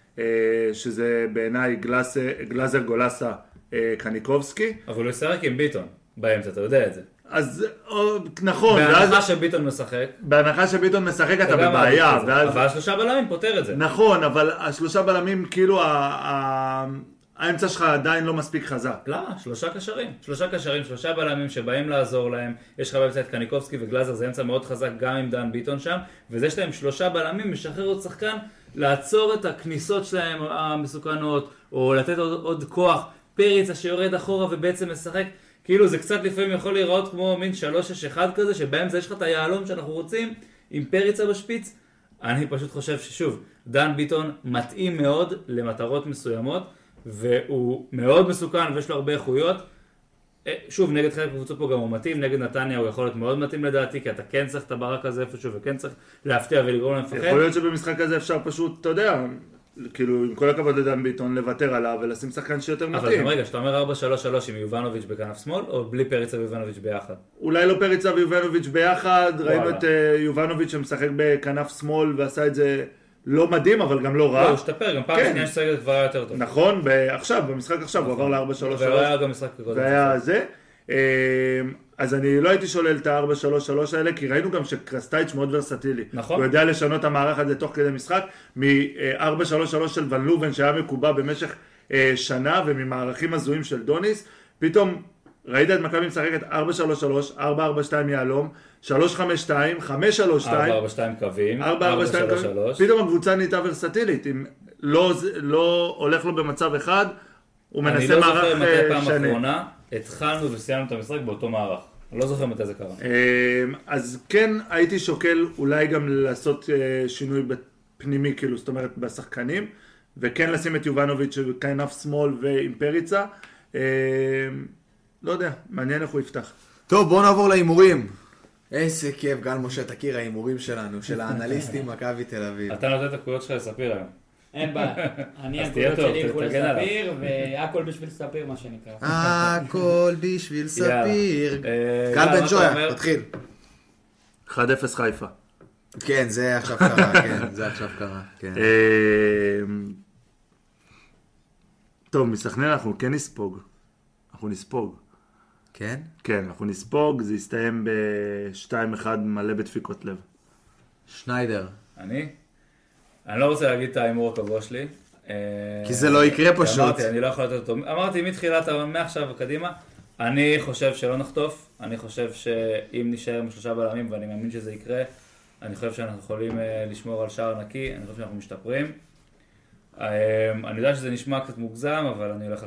שזה בעיניי גלאזר גולסה קניקובסקי. אבל הוא ישחק עם ביטון באמצע, אתה יודע את זה. אז נכון. בהנחה שביטון משחק. בהנחה שביטון משחק אתה בבעיה. אבל השלושה בלמים פותר את זה. נכון, אבל השלושה בלמים כאילו האמצע שלך עדיין לא מספיק חזק. למה? שלושה קשרים, שלושה בלמים שבאים לעזור להם. יש לך באמצע את קניקובסקי וגלאזר, זה אמצע מאוד חזק גם עם דן ביטון שם. וזה שאתם שלושה בלמים משחרר עוד שחקן לעצור את הכניסות שלהם המסוכנות, או לתת עוד כוח. פריצה שיורד אחורה ובעצם משחק. כאילו זה קצת לפעמים יכול להיראות כמו מין 3-6-1 כזה, שבאמצע יש לך את היעלום שאנחנו רוצים עם פריצה בשפיץ. אני פשוט חושב ששוב, דן ביטון מתאים מאוד למטרות מסוימות, והוא מאוד מסוכן ויש לו הרבה איכויות. שוב, נגד חלק קבוצות פה גם הוא מתאים, נגד נתניה הוא יכול להיות מאוד מתאים לדעתי, כי אתה כן צריך את הברק הזה איפשהו וכן צריך להפתיע ולגרום להם לפחד. יכול להיות שבמשחק הזה אפשר פשוט, אתה יודע, כאילו עם כל הכבוד לדן ביטון לוותר עליו ולשים שחקן שיותר מתאים. אבל גם רגע, שאתה אומר 4-3-3 עם יובנוביץ' בכנף שמאל, או בלי פריצה ויובנוביץ' ביחד? אולי לא פריצה ויובנוביץ' ביחד, ראינו את יובנוביץ' שמשחק בכנף שמאל ועשה את זה לא מדהים, אבל גם לא רע. הוא השתפר, גם פעם שנייה שסגל כבר היה יותר טוב. נכון, עכשיו, במשחק עכשיו, הוא עבר ל-4-3-3. והיה גם משחק כגודל. והיה זה. אז אני לא הייתי שולל את ה-4-3-3 האלה, כי ראינו גם שקרסטייץ' מאוד ורסטילי. נכון. הוא יודע לשנות את המערך הזה תוך כדי משחק, מ-4-3-3 של ון לובן שהיה מקובע במשך שנה, וממערכים הזויים של דוניס, פתאום ראית את מכבי משחקת 4-3-3, 4-4-2 יעלום, 3-5-2, 5-3-2, 4-4-2 קווים, 4-4-3, פתאום הקבוצה נהייתה ורסטילית, אם לא הולך לו במצב אחד, הוא מנסה מערך שני. אני לא זוכר מתי פעם אחרונה, התחלנו וסיימנו את המשחק באותו מערך. אני לא זוכר מתי זה קרה. אז כן הייתי שוקל אולי גם לעשות שינוי פנימי, כאילו, זאת אומרת בשחקנים, וכן לשים את יובנוביץ' בכנף שמאל ועם פריצה. לא יודע, מעניין איך הוא יפתח. טוב, בואו נעבור להימורים. איזה כיף, גל משה, תכיר ההימורים שלנו, של האנליסטים מכבי תל אביב. אתה נותן את הקולות שלך לספיר היום. אין בעיה. אני הקולות שלי ילכו לספיר, והכל בשביל ספיר מה שנקרא. הכל בשביל ספיר. גל בן ג'ויה, תתחיל. 1-0 חיפה. כן, זה עכשיו קרה, כן, זה עכשיו קרה, כן. טוב, מסכנין אנחנו כן נספוג. אנחנו נספוג. כן? כן, אנחנו נספוג, זה יסתיים ב-2-1 מלא בדפיקות לב. שניידר. אני לא רוצה להגיד את האימור הקבוע שלי. כי זה לא יקרה פשוט. אמרתי, אני לא יכול לתת אותו. אמרתי מתחילת, מעכשיו וקדימה, אני חושב שלא נחטוף. אני חושב שאם נשאר עם 3 בלמים, ואני מאמין שזה יקרה, אני חושב שאנחנו יכולים לשמור על שער נקי, אני חושב שאנחנו משתפרים. אני יודע שזה נשמע קצת מוגזם, אבל אני הולך על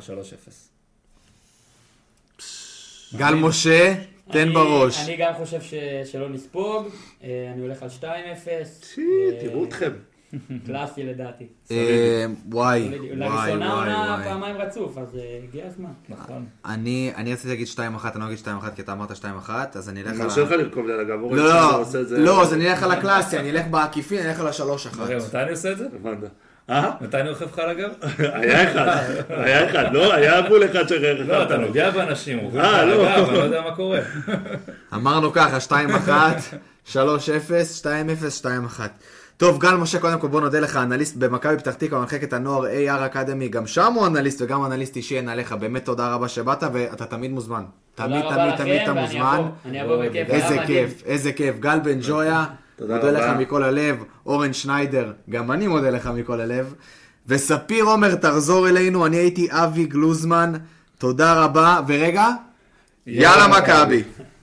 3-0. גל משה, תן בראש. אני גם חושב שלא נספוג, אני הולך על 2-0. תראו אתכם. קלאסי לדעתי. וואי. לראשונה עונה פעמיים רצוף, אז הגיע הזמן. נכון. אני רציתי להגיד 2-1, אני לא אגיד 2-1 כי אתה אמרת 2-1, אז אני אלך על... מרשה לך לרכוב ליד הגב, לא, אז אני אלך על הקלאסי, אני אלך בעקיפין, אני אלך על 3-1. מתי אני עושה את זה? מתי אני רוכב לך על הגב? היה אחד, לא? היה בול אחד שרחב. לא, אתה נוגע באנשים, רוכב לך על הגב, אני לא יודע מה קורה. אמרנו ככה, 2-1, 3-0, 2-0, 2-1. טוב, גל משה, קודם כל בוא נודה לך, אנליסט במכבי פתח תקווה, מחלקת הנוער AR אקדמי, גם שם הוא אנליסט וגם אנליסט אישי, אין עליך, באמת תודה רבה שבאת, ואתה תמיד מוזמן. תמיד אתה מוזמן. אני אבוא בכיף. איזה כיף. גל בן ג'ויה, מודה לך מכל הלב, אורן שניידר, גם אני מודה לך מכל הלב, וספיר עומר, תחזור אלינו, אני הייתי אבי גלוזמן, תודה רבה, ורגע, יאללה מכבי.